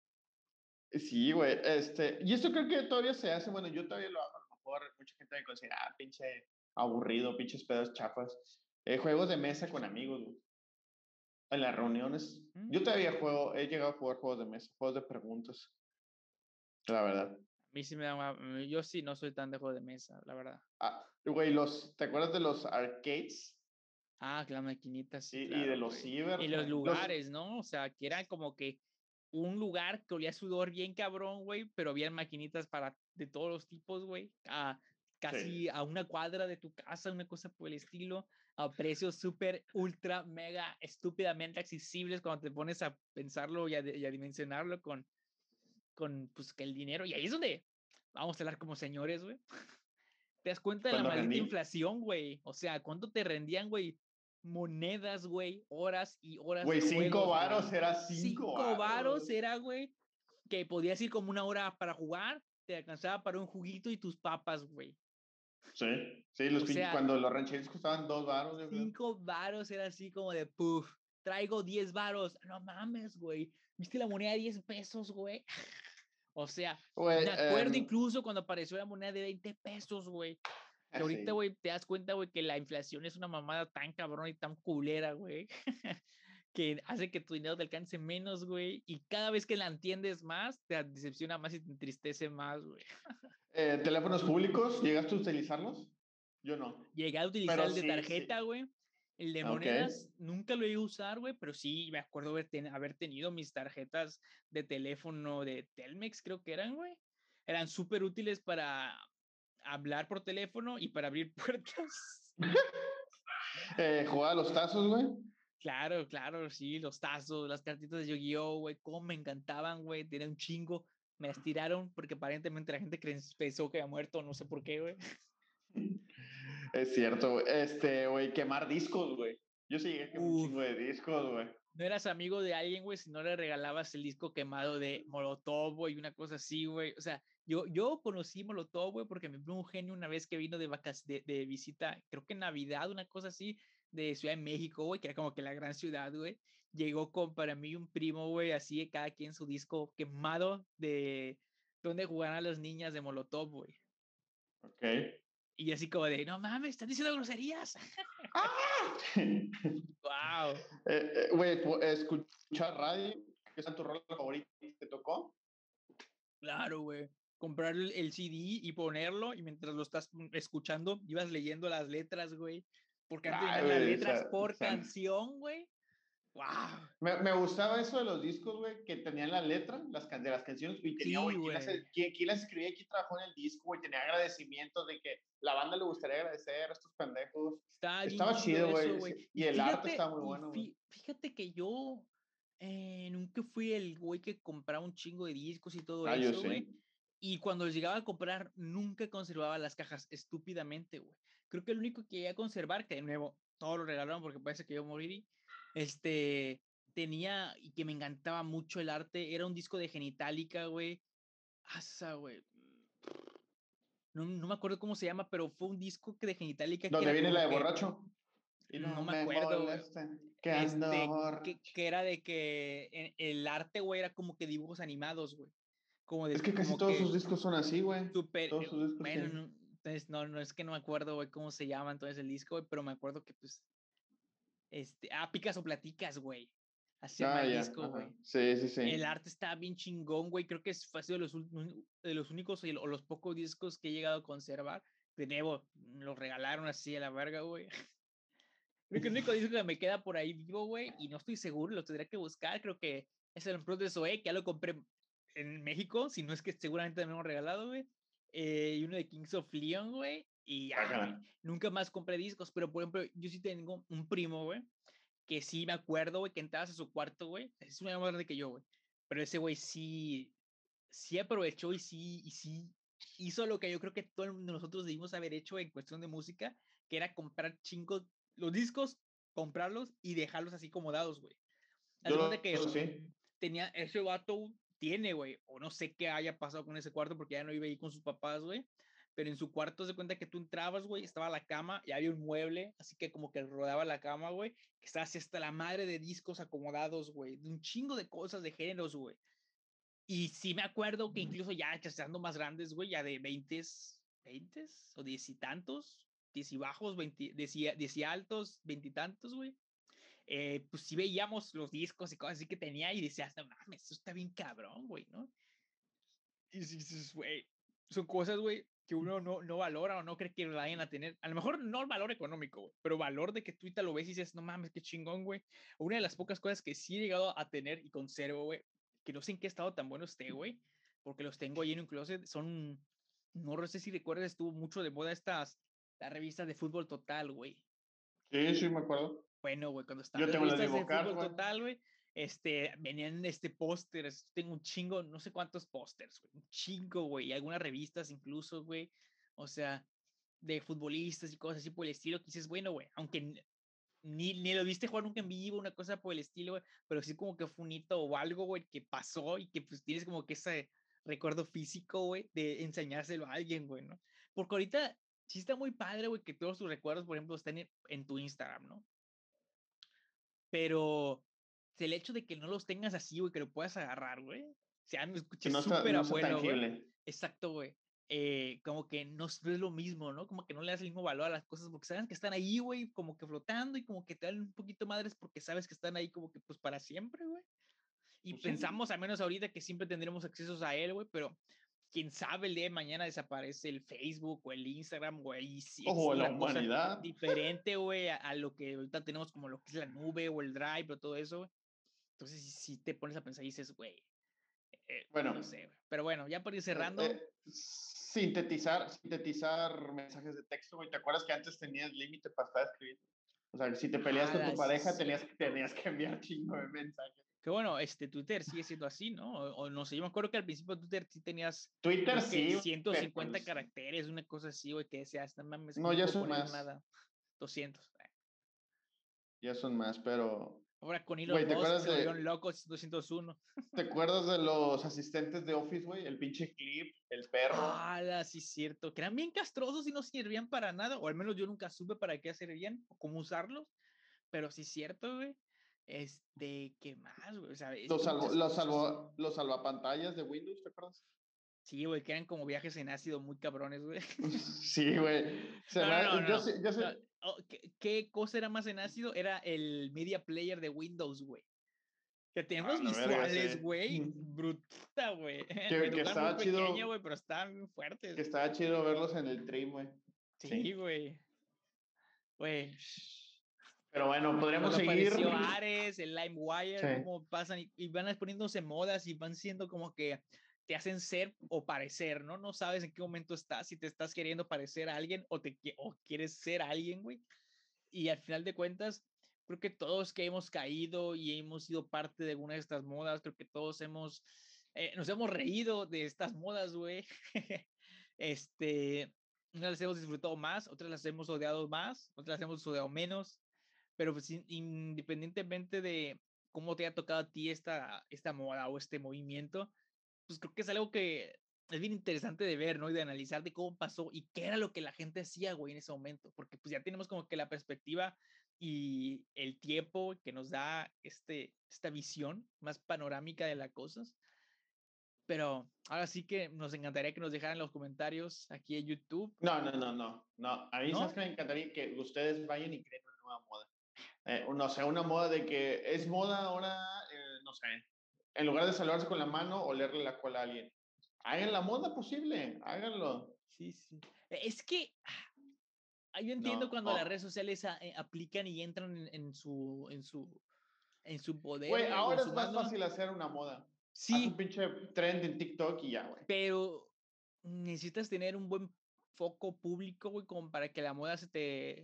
Speaker 1: Sí, güey, este, y esto creo que todavía se hace, bueno, yo todavía lo hago, a lo mejor mucha gente me considera, ah, pinche aburrido, pinches pedos chafas. Eh, juegos de mesa con amigos, güey. En las reuniones.
Speaker 2: ¿Mm?
Speaker 1: Yo todavía juego, he llegado a jugar juegos de mesa, juegos de preguntas, la verdad.
Speaker 2: A mí sí me da una- Yo sí no soy tan de juego de mesa, la verdad.
Speaker 1: Ah, güey, los, ¿te acuerdas de los arcades?
Speaker 2: Ah, que la maquinita, sí,
Speaker 1: Y, y de
Speaker 2: claro,
Speaker 1: los
Speaker 2: güey. Y
Speaker 1: cibers,
Speaker 2: los
Speaker 1: güey. Los,
Speaker 2: lugares, ¿no? O sea, que era como que un lugar que olía a sudor bien cabrón, güey, pero había maquinitas para de todos los tipos, güey. A
Speaker 1: sí.
Speaker 2: casi a una cuadra de tu casa, una cosa por el estilo, a precios súper, ultra, mega, estúpidamente accesibles cuando te pones a pensarlo y a, y a dimensionarlo con, con, pues, que el dinero. Y ahí es donde vamos a hablar como señores, güey. Te das cuenta de la
Speaker 1: Cuando
Speaker 2: maldita
Speaker 1: rendí,
Speaker 2: inflación, güey. O sea, ¿cuánto te rendían, güey? Monedas, güey, horas y horas de
Speaker 1: güey, cinco
Speaker 2: juegos, güey.
Speaker 1: varos era cinco
Speaker 2: Cinco varos
Speaker 1: varos.
Speaker 2: era, güey, que podías ir como una hora para jugar, te alcanzaba para un juguito y tus papas, güey.
Speaker 1: Sí, sí, los
Speaker 2: O
Speaker 1: pinches,
Speaker 2: sea,
Speaker 1: cuando los rancheros costaban dos varos, yo creo.
Speaker 2: cinco varos era así como de, puff, traigo diez varos. No mames, güey. ¿Viste la moneda de diez pesos, güey? O sea,
Speaker 1: Güey,
Speaker 2: me acuerdo
Speaker 1: um,
Speaker 2: incluso cuando apareció la moneda de veinte pesos, güey. Que ahorita,
Speaker 1: sí.
Speaker 2: güey, te das cuenta, güey, que la inflación es una mamada tan cabrón y tan culera, güey, que hace que tu dinero te alcance menos, güey, y cada vez que la entiendes más, te decepciona más y te entristece más, güey.
Speaker 1: Eh, ¿teléfonos públicos? ¿Llegaste a utilizarlos? Yo no.
Speaker 2: Llegué a utilizar
Speaker 1: Pero
Speaker 2: el de
Speaker 1: sí,
Speaker 2: tarjeta,
Speaker 1: sí.
Speaker 2: güey. El de
Speaker 1: Ok.
Speaker 2: monedas nunca lo iba a usar, güey, pero sí me acuerdo haber, ten haber tenido mis tarjetas de teléfono de Telmex, creo que eran, güey. Eran súper útiles para hablar por teléfono y para abrir puertas.
Speaker 1: Eh, ¿jugaba a los tazos, güey?
Speaker 2: Claro, claro, sí, los tazos, las cartitas de Yu-Gi-Oh, güey, cómo me encantaban, güey, tenía un chingo. me las tiraron porque aparentemente la gente cre- pensó que había muerto, no sé por qué, güey.
Speaker 1: Es cierto, güey. Este, güey, quemar discos, güey. Yo sí llegué a quemar un
Speaker 2: Uf,
Speaker 1: chingo de discos, güey.
Speaker 2: no eras amigo de alguien, güey, si no le regalabas el disco quemado de Molotov, güey, una cosa así, güey. O sea, yo, yo conocí Molotov, güey, porque me vio un genio una vez que vino de vacas de, de visita, creo que en Navidad, una cosa así, de Ciudad de México, güey, que era como que la gran ciudad, güey. Llegó con para mí un primo, güey, así de cada quien su disco quemado de donde jugaban las niñas de Molotov, güey.
Speaker 1: Ok.
Speaker 2: Y así como de, no mames, están diciendo groserías.
Speaker 1: ¡Ah!
Speaker 2: Wow.
Speaker 1: Eh, eh, Güey, pu- escuchar radio, que es tu rol favorito, ¿te tocó?
Speaker 2: Claro, güey. Comprar el, el C D y ponerlo y mientras lo estás mm, escuchando, ibas leyendo las letras, güey. Porque antes
Speaker 1: Ay,
Speaker 2: venían las
Speaker 1: güey, o
Speaker 2: letras
Speaker 1: sea, o
Speaker 2: por
Speaker 1: sea,
Speaker 2: canción, güey. ¡Wow!
Speaker 1: me, me gustaba eso de los discos, güey, que tenían la letra las can- de las canciones y tenía,
Speaker 2: Sí,
Speaker 1: güey, quién las,
Speaker 2: güey.
Speaker 1: quién, quién las escribía y quién trabajó en el disco, güey, tenía agradecimientos de que la banda le gustaría agradecer a estos pendejos.
Speaker 2: Estaba bien
Speaker 1: Estaba
Speaker 2: chido
Speaker 1: chido,
Speaker 2: eso,
Speaker 1: güey,
Speaker 2: güey.
Speaker 1: sí,
Speaker 2: Y
Speaker 1: y el arte
Speaker 2: fíjate,
Speaker 1: estaba muy
Speaker 2: y
Speaker 1: bueno, güey.
Speaker 2: fí- fíjate que yo eh, nunca fui el güey que compraba un chingo de discos y todo
Speaker 1: Ah, yo
Speaker 2: eso, güey.
Speaker 1: sí.
Speaker 2: Y cuando los llegaba a comprar, nunca conservaba las cajas estúpidamente, güey. Creo que el único que llegué a conservar, que de nuevo, todo lo regalaron porque parece que yo morí, este, tenía, y que me encantaba mucho el arte, era un disco de Genitalica, güey. Asa, güey. No, no me acuerdo cómo se llama, pero fue un disco que de Genitalica que
Speaker 1: Donde
Speaker 2: era
Speaker 1: viene la
Speaker 2: como
Speaker 1: de
Speaker 2: que,
Speaker 1: borracho. Y
Speaker 2: no
Speaker 1: no
Speaker 2: me
Speaker 1: me
Speaker 2: acuerdo, güey.
Speaker 1: molesta que ando
Speaker 2: Este, que,
Speaker 1: borracho.
Speaker 2: que era de que en- el arte, güey, era como que dibujos animados, güey. Como
Speaker 1: Es
Speaker 2: de,
Speaker 1: que casi
Speaker 2: como
Speaker 1: todos sus
Speaker 2: que
Speaker 1: discos son así, güey.
Speaker 2: súper,
Speaker 1: Todos
Speaker 2: eh,
Speaker 1: sus discos
Speaker 2: bueno,
Speaker 1: sí.
Speaker 2: no, entonces no, no es que no me acuerdo, güey, cómo se llama entonces el disco, güey, pero me acuerdo que, pues, este, ah, Picas o Platicas, güey. Así se llama
Speaker 1: Ah,
Speaker 2: el
Speaker 1: ya,
Speaker 2: disco,
Speaker 1: ajá.
Speaker 2: güey.
Speaker 1: Sí, sí,
Speaker 2: El
Speaker 1: sí.
Speaker 2: arte está bien chingón, güey. Creo que es, fue sido de los, ul- de los únicos y- o los pocos discos que he llegado a conservar. De nuevo, los regalaron así a la verga, güey. Creo que el único disco que me queda por ahí vivo, güey, y no estoy seguro, lo tendría que buscar. Creo que es el Pro de Zoé, que ya lo compré en México, si no es que seguramente me lo han regalado, güey. Eh, y uno de Kings of Leon, güey. Y ya, güey.
Speaker 1: Bájala.
Speaker 2: Nunca más compré discos, pero por ejemplo, yo sí tengo un primo, güey, que sí me acuerdo, güey, que entrabas a su cuarto, güey. Es una más grande que yo, güey. Pero ese güey sí, sí aprovechó y sí, y sí hizo lo que yo creo que todos nosotros debimos haber hecho en cuestión de música, que era comprar chingos, los discos, comprarlos y dejarlos así acomodados, güey. Haz
Speaker 1: Yo
Speaker 2: de cuenta
Speaker 1: lo,
Speaker 2: que
Speaker 1: eso sí.
Speaker 2: tenía, ese vato tiene, güey, o no sé qué haya pasado con ese cuarto porque ya no iba ahí con sus papás, güey. Pero en su cuarto se cuenta que tú entrabas, güey, estaba la cama y había un mueble, así que como que rodaba la cama, güey, que estaba así hasta la madre de discos acomodados, güey, de un chingo de cosas, de géneros, güey. Y sí me acuerdo que incluso ya estando más grandes, güey, ya de veinte, veinte o diez y tantos, diez y bajos, veinte, diez y, diez y altos, veinte y tantos, güey. Eh, pues sí veíamos los discos y cosas así que tenía y decías, no mames, eso está bien cabrón, güey, ¿no? Y dices, güey, son cosas, güey, que uno no, no valora o no cree que vayan a tener. A lo mejor no el valor económico, güey, pero valor de que tú ahorita lo ves y dices, no mames, qué chingón, güey. Una de las pocas cosas que sí he llegado a tener y conservo, güey, que no sé en qué estado tan bueno esté, güey, porque los tengo ahí en un closet, son, no sé si recuerdas, estuvo mucho de moda estas, las revistas de fútbol total, güey.
Speaker 1: Sí, sí, me acuerdo.
Speaker 2: Bueno, güey, cuando estaban
Speaker 1: Yo
Speaker 2: las
Speaker 1: tengo las
Speaker 2: revistas de
Speaker 1: Divocar,
Speaker 2: fútbol
Speaker 1: güey.
Speaker 2: total, güey, este, venían este pósters, tengo un chingo, no sé cuántos pósters, güey, un chingo, güey, y algunas revistas incluso, güey, o sea, de futbolistas y cosas así por el estilo, que dices, bueno, güey, aunque ni, ni lo viste jugar nunca en vivo, una cosa por el estilo, güey, pero sí como que fue un hito o algo, güey, que pasó y que pues tienes como que ese recuerdo físico, güey, de enseñárselo a alguien, güey, ¿no? Porque ahorita sí está muy padre, güey, que todos tus recuerdos, por ejemplo, estén en, en tu Instagram, ¿no? Pero el hecho de que no los tengas así, güey, que lo puedas agarrar, güey. O sea, me
Speaker 1: Que
Speaker 2: escuché
Speaker 1: no está,
Speaker 2: súper
Speaker 1: no está
Speaker 2: abuelo, güey.
Speaker 1: tangible.
Speaker 2: Exacto, güey. Eh, como que no es no es lo mismo, ¿no? Como que no le das el mismo valor a las cosas porque sabes que están ahí, güey, como que flotando y como que te dan un poquito madres porque sabes que están ahí como que pues para siempre, güey. Y
Speaker 1: Pues sí.
Speaker 2: pensamos, al menos ahorita, que siempre tendremos accesos a él, güey, pero quién sabe el día de mañana desaparece el Facebook o el Instagram, güey, y si
Speaker 1: Ojo,
Speaker 2: existe
Speaker 1: la
Speaker 2: una cosa
Speaker 1: humanidad.
Speaker 2: diferente, güey, a, a lo que ahorita tenemos como lo que es la nube o el Drive o todo eso, güey. Entonces, si, si te pones a pensar y dices, güey, eh, no
Speaker 1: Bueno,
Speaker 2: sé, güey. Pero bueno, ya por ir
Speaker 1: eh,
Speaker 2: cerrando,
Speaker 1: eh, sintetizar, sintetizar mensajes de texto, güey. ¿Te acuerdas que antes tenías límite para estar escribiendo? O sea, si te peleas con
Speaker 2: ah,
Speaker 1: tu
Speaker 2: sí es
Speaker 1: pareja, tenías,
Speaker 2: cierto,
Speaker 1: tenías que enviar chingo de mensajes.
Speaker 2: Que bueno, este Twitter sigue siendo así, ¿no? O, o no sé, yo me acuerdo que al principio de Twitter sí tenías,
Speaker 1: Twitter
Speaker 2: creo que
Speaker 1: sí,
Speaker 2: ciento
Speaker 1: pero
Speaker 2: cincuenta
Speaker 1: pues,
Speaker 2: caracteres, una cosa así, güey, que decías, no mames, aquí
Speaker 1: no,
Speaker 2: no
Speaker 1: ya
Speaker 2: puedo
Speaker 1: son
Speaker 2: poner
Speaker 1: más,
Speaker 2: nada. doscientos.
Speaker 1: ya son más, pero,
Speaker 2: Ahora con Elon
Speaker 1: güey, ¿te
Speaker 2: Musk
Speaker 1: acuerdas
Speaker 2: se volvieron
Speaker 1: de,
Speaker 2: locos, doscientos uno.
Speaker 1: ¿te acuerdas de los asistentes de Office, güey? El pinche Clip, el perro.
Speaker 2: Ah, sí, es cierto. Que eran bien castrosos y no servían para nada, o al menos yo nunca supe para qué servían o cómo usarlos, pero sí es cierto, güey. Este, ¿qué más, güey? O sea, es
Speaker 1: Los
Speaker 2: que
Speaker 1: salvo,
Speaker 2: muchas
Speaker 1: los
Speaker 2: cosas.
Speaker 1: salvo, los salvapantallas de Windows, ¿te acuerdas?
Speaker 2: Sí, güey, que eran como viajes en ácido muy cabrones, güey.
Speaker 1: Sí, güey. Se
Speaker 2: No, no, no,
Speaker 1: me, yo
Speaker 2: no.
Speaker 1: sé, yo
Speaker 2: no.
Speaker 1: sé.
Speaker 2: Oh, ¿qué, ¿Qué cosa era más en ácido? Era el Media Player de Windows, güey. Que tenía
Speaker 1: A
Speaker 2: unos
Speaker 1: la verga,
Speaker 2: visuales, güey,
Speaker 1: sí.
Speaker 2: bruta, güey.
Speaker 1: Que,
Speaker 2: Me
Speaker 1: que
Speaker 2: tocaron muy
Speaker 1: estaba
Speaker 2: pequeña,
Speaker 1: chido,
Speaker 2: güey, pero estaban bien
Speaker 1: que
Speaker 2: fuertes.
Speaker 1: estaba chido verlos en el stream, güey.
Speaker 2: Sí,
Speaker 1: Sí.
Speaker 2: güey. Güey.
Speaker 1: Pero bueno, podríamos
Speaker 2: Cuando
Speaker 1: seguir.
Speaker 2: apareció Ares, el
Speaker 1: Sí.
Speaker 2: LimeWire, cómo pasan y, y van poniéndose modas y van siendo como que te hacen ser o parecer, ¿no? No sabes en qué momento estás, si te estás queriendo parecer a alguien o, te, o quieres ser alguien, güey. Y al final de cuentas, creo que todos que hemos caído y hemos sido parte de alguna de estas modas, creo que todos hemos, eh, nos hemos reído de estas modas, güey. este, unas las hemos disfrutado más, otras las hemos odiado más, otras las hemos odiado menos, pero pues independientemente de cómo te haya tocado a ti esta, esta moda o este movimiento, pues creo que es algo que es bien interesante de ver, ¿no? Y de analizar de cómo pasó y qué era lo que la gente hacía, güey, en ese momento, porque pues ya tenemos como que la perspectiva y el tiempo que nos da este, esta visión más panorámica de las cosas. Pero ahora sí que nos encantaría que nos dejaran los comentarios aquí en YouTube,
Speaker 1: No, no, no, no. No. A mí, ¿sabes
Speaker 2: ¿no?
Speaker 1: que me encantaría que ustedes vayan y creen una nueva moda? Eh, no sé, una moda de que es moda ahora, eh, no sé, en lugar de saludarse con la mano, olerle la cola a alguien. Hagan la moda posible, háganlo.
Speaker 2: Sí, sí. Es que ah, yo entiendo
Speaker 1: No,
Speaker 2: cuando las redes
Speaker 1: no.
Speaker 2: sociales a, eh, aplican y entran en, en, su, en, su, en su poder,
Speaker 1: Güey,
Speaker 2: güey, o en
Speaker 1: ahora
Speaker 2: su
Speaker 1: es más
Speaker 2: mando.
Speaker 1: fácil hacer una moda. Haz un
Speaker 2: Sí,
Speaker 1: pinche trend en TikTok y ya, güey.
Speaker 2: pero necesitas tener un buen foco público, güey, como para que la moda se te,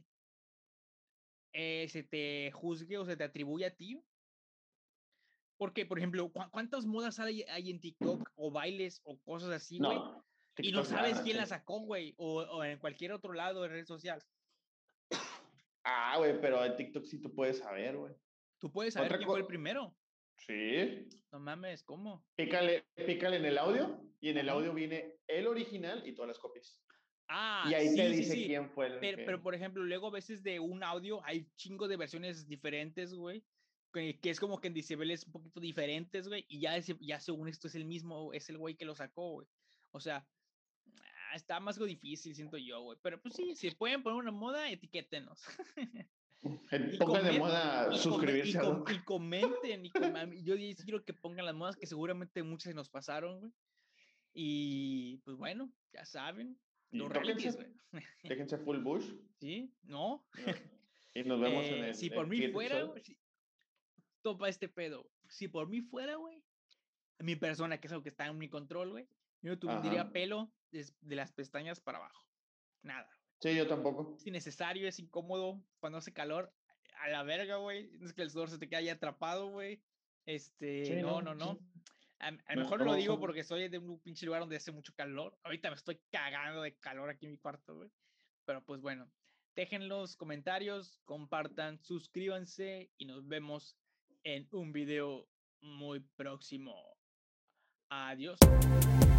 Speaker 2: eh, se te juzgue o se te atribuya a ti. Porque, por ejemplo, ¿cu ¿cuántas modas hay, hay en TikTok o bailes o cosas así, güey?
Speaker 1: No,
Speaker 2: Y no
Speaker 1: TikTok
Speaker 2: sabes
Speaker 1: gana,
Speaker 2: quién la
Speaker 1: sí.
Speaker 2: sacó, güey, o, o en cualquier otro lado de red social.
Speaker 1: Ah, güey, pero en TikTok sí tú puedes saber, güey.
Speaker 2: Tú puedes saber
Speaker 1: Otra
Speaker 2: quién fue el
Speaker 1: cosa,
Speaker 2: primero.
Speaker 1: sí.
Speaker 2: No mames, ¿cómo?
Speaker 1: Pícale, pícale en el audio y en el
Speaker 2: Ajá.
Speaker 1: audio viene el original y todas las copias. Y
Speaker 2: Ah,
Speaker 1: ahí te
Speaker 2: sí, sí,
Speaker 1: dice
Speaker 2: sí.
Speaker 1: quién fue el
Speaker 2: Pero, pero,
Speaker 1: que.
Speaker 2: por ejemplo, luego a veces de un audio hay chingo de versiones diferentes, güey. Que, que es como que en decibeles un poquito diferentes, güey. Y ya, ese, ya según esto es el mismo, es el güey que lo sacó, güey. O sea, ah, está más algo difícil, siento yo, güey. Pero pues sí, si pueden poner una moda, etiquétenos. y,
Speaker 1: Pongan de
Speaker 2: comer,
Speaker 1: moda
Speaker 2: y, come, y,
Speaker 1: suscribirse a
Speaker 2: com,
Speaker 1: Doc.
Speaker 2: y comenten. Y com yo quiero que pongan las modas que seguramente muchas se nos pasaron, güey. Y pues bueno, ya saben,
Speaker 1: Y
Speaker 2: los realities, güey.
Speaker 1: tóquense, déjense full bush.
Speaker 2: ¿Sí? ¿No?
Speaker 1: Y nos vemos en
Speaker 2: Eh,
Speaker 1: el,
Speaker 2: si
Speaker 1: el
Speaker 2: por mí
Speaker 1: siguiente
Speaker 2: fuera,
Speaker 1: episodio.
Speaker 2: güey, si, topa este pedo. Si por mí fuera, güey, mi persona, que es algo que está en mi control, güey, yo no tendría
Speaker 1: Ajá.
Speaker 2: pelo de, de las pestañas para abajo. Nada.
Speaker 1: Sí, yo tampoco.
Speaker 2: Es innecesario, es incómodo cuando hace calor. A la verga, güey. Es que el sudor se te queda ahí atrapado, güey. Este,
Speaker 1: Sí,
Speaker 2: no,
Speaker 1: no.
Speaker 2: no, no. A, a lo mejor
Speaker 1: Mejor
Speaker 2: lo
Speaker 1: vamos a
Speaker 2: digo
Speaker 1: un-
Speaker 2: porque soy de un pinche lugar donde hace mucho calor. Ahorita me estoy cagando de calor aquí en mi cuarto, güey. Pero pues bueno, dejen los comentarios, compartan, suscríbanse y nos vemos en un video muy próximo. Adiós.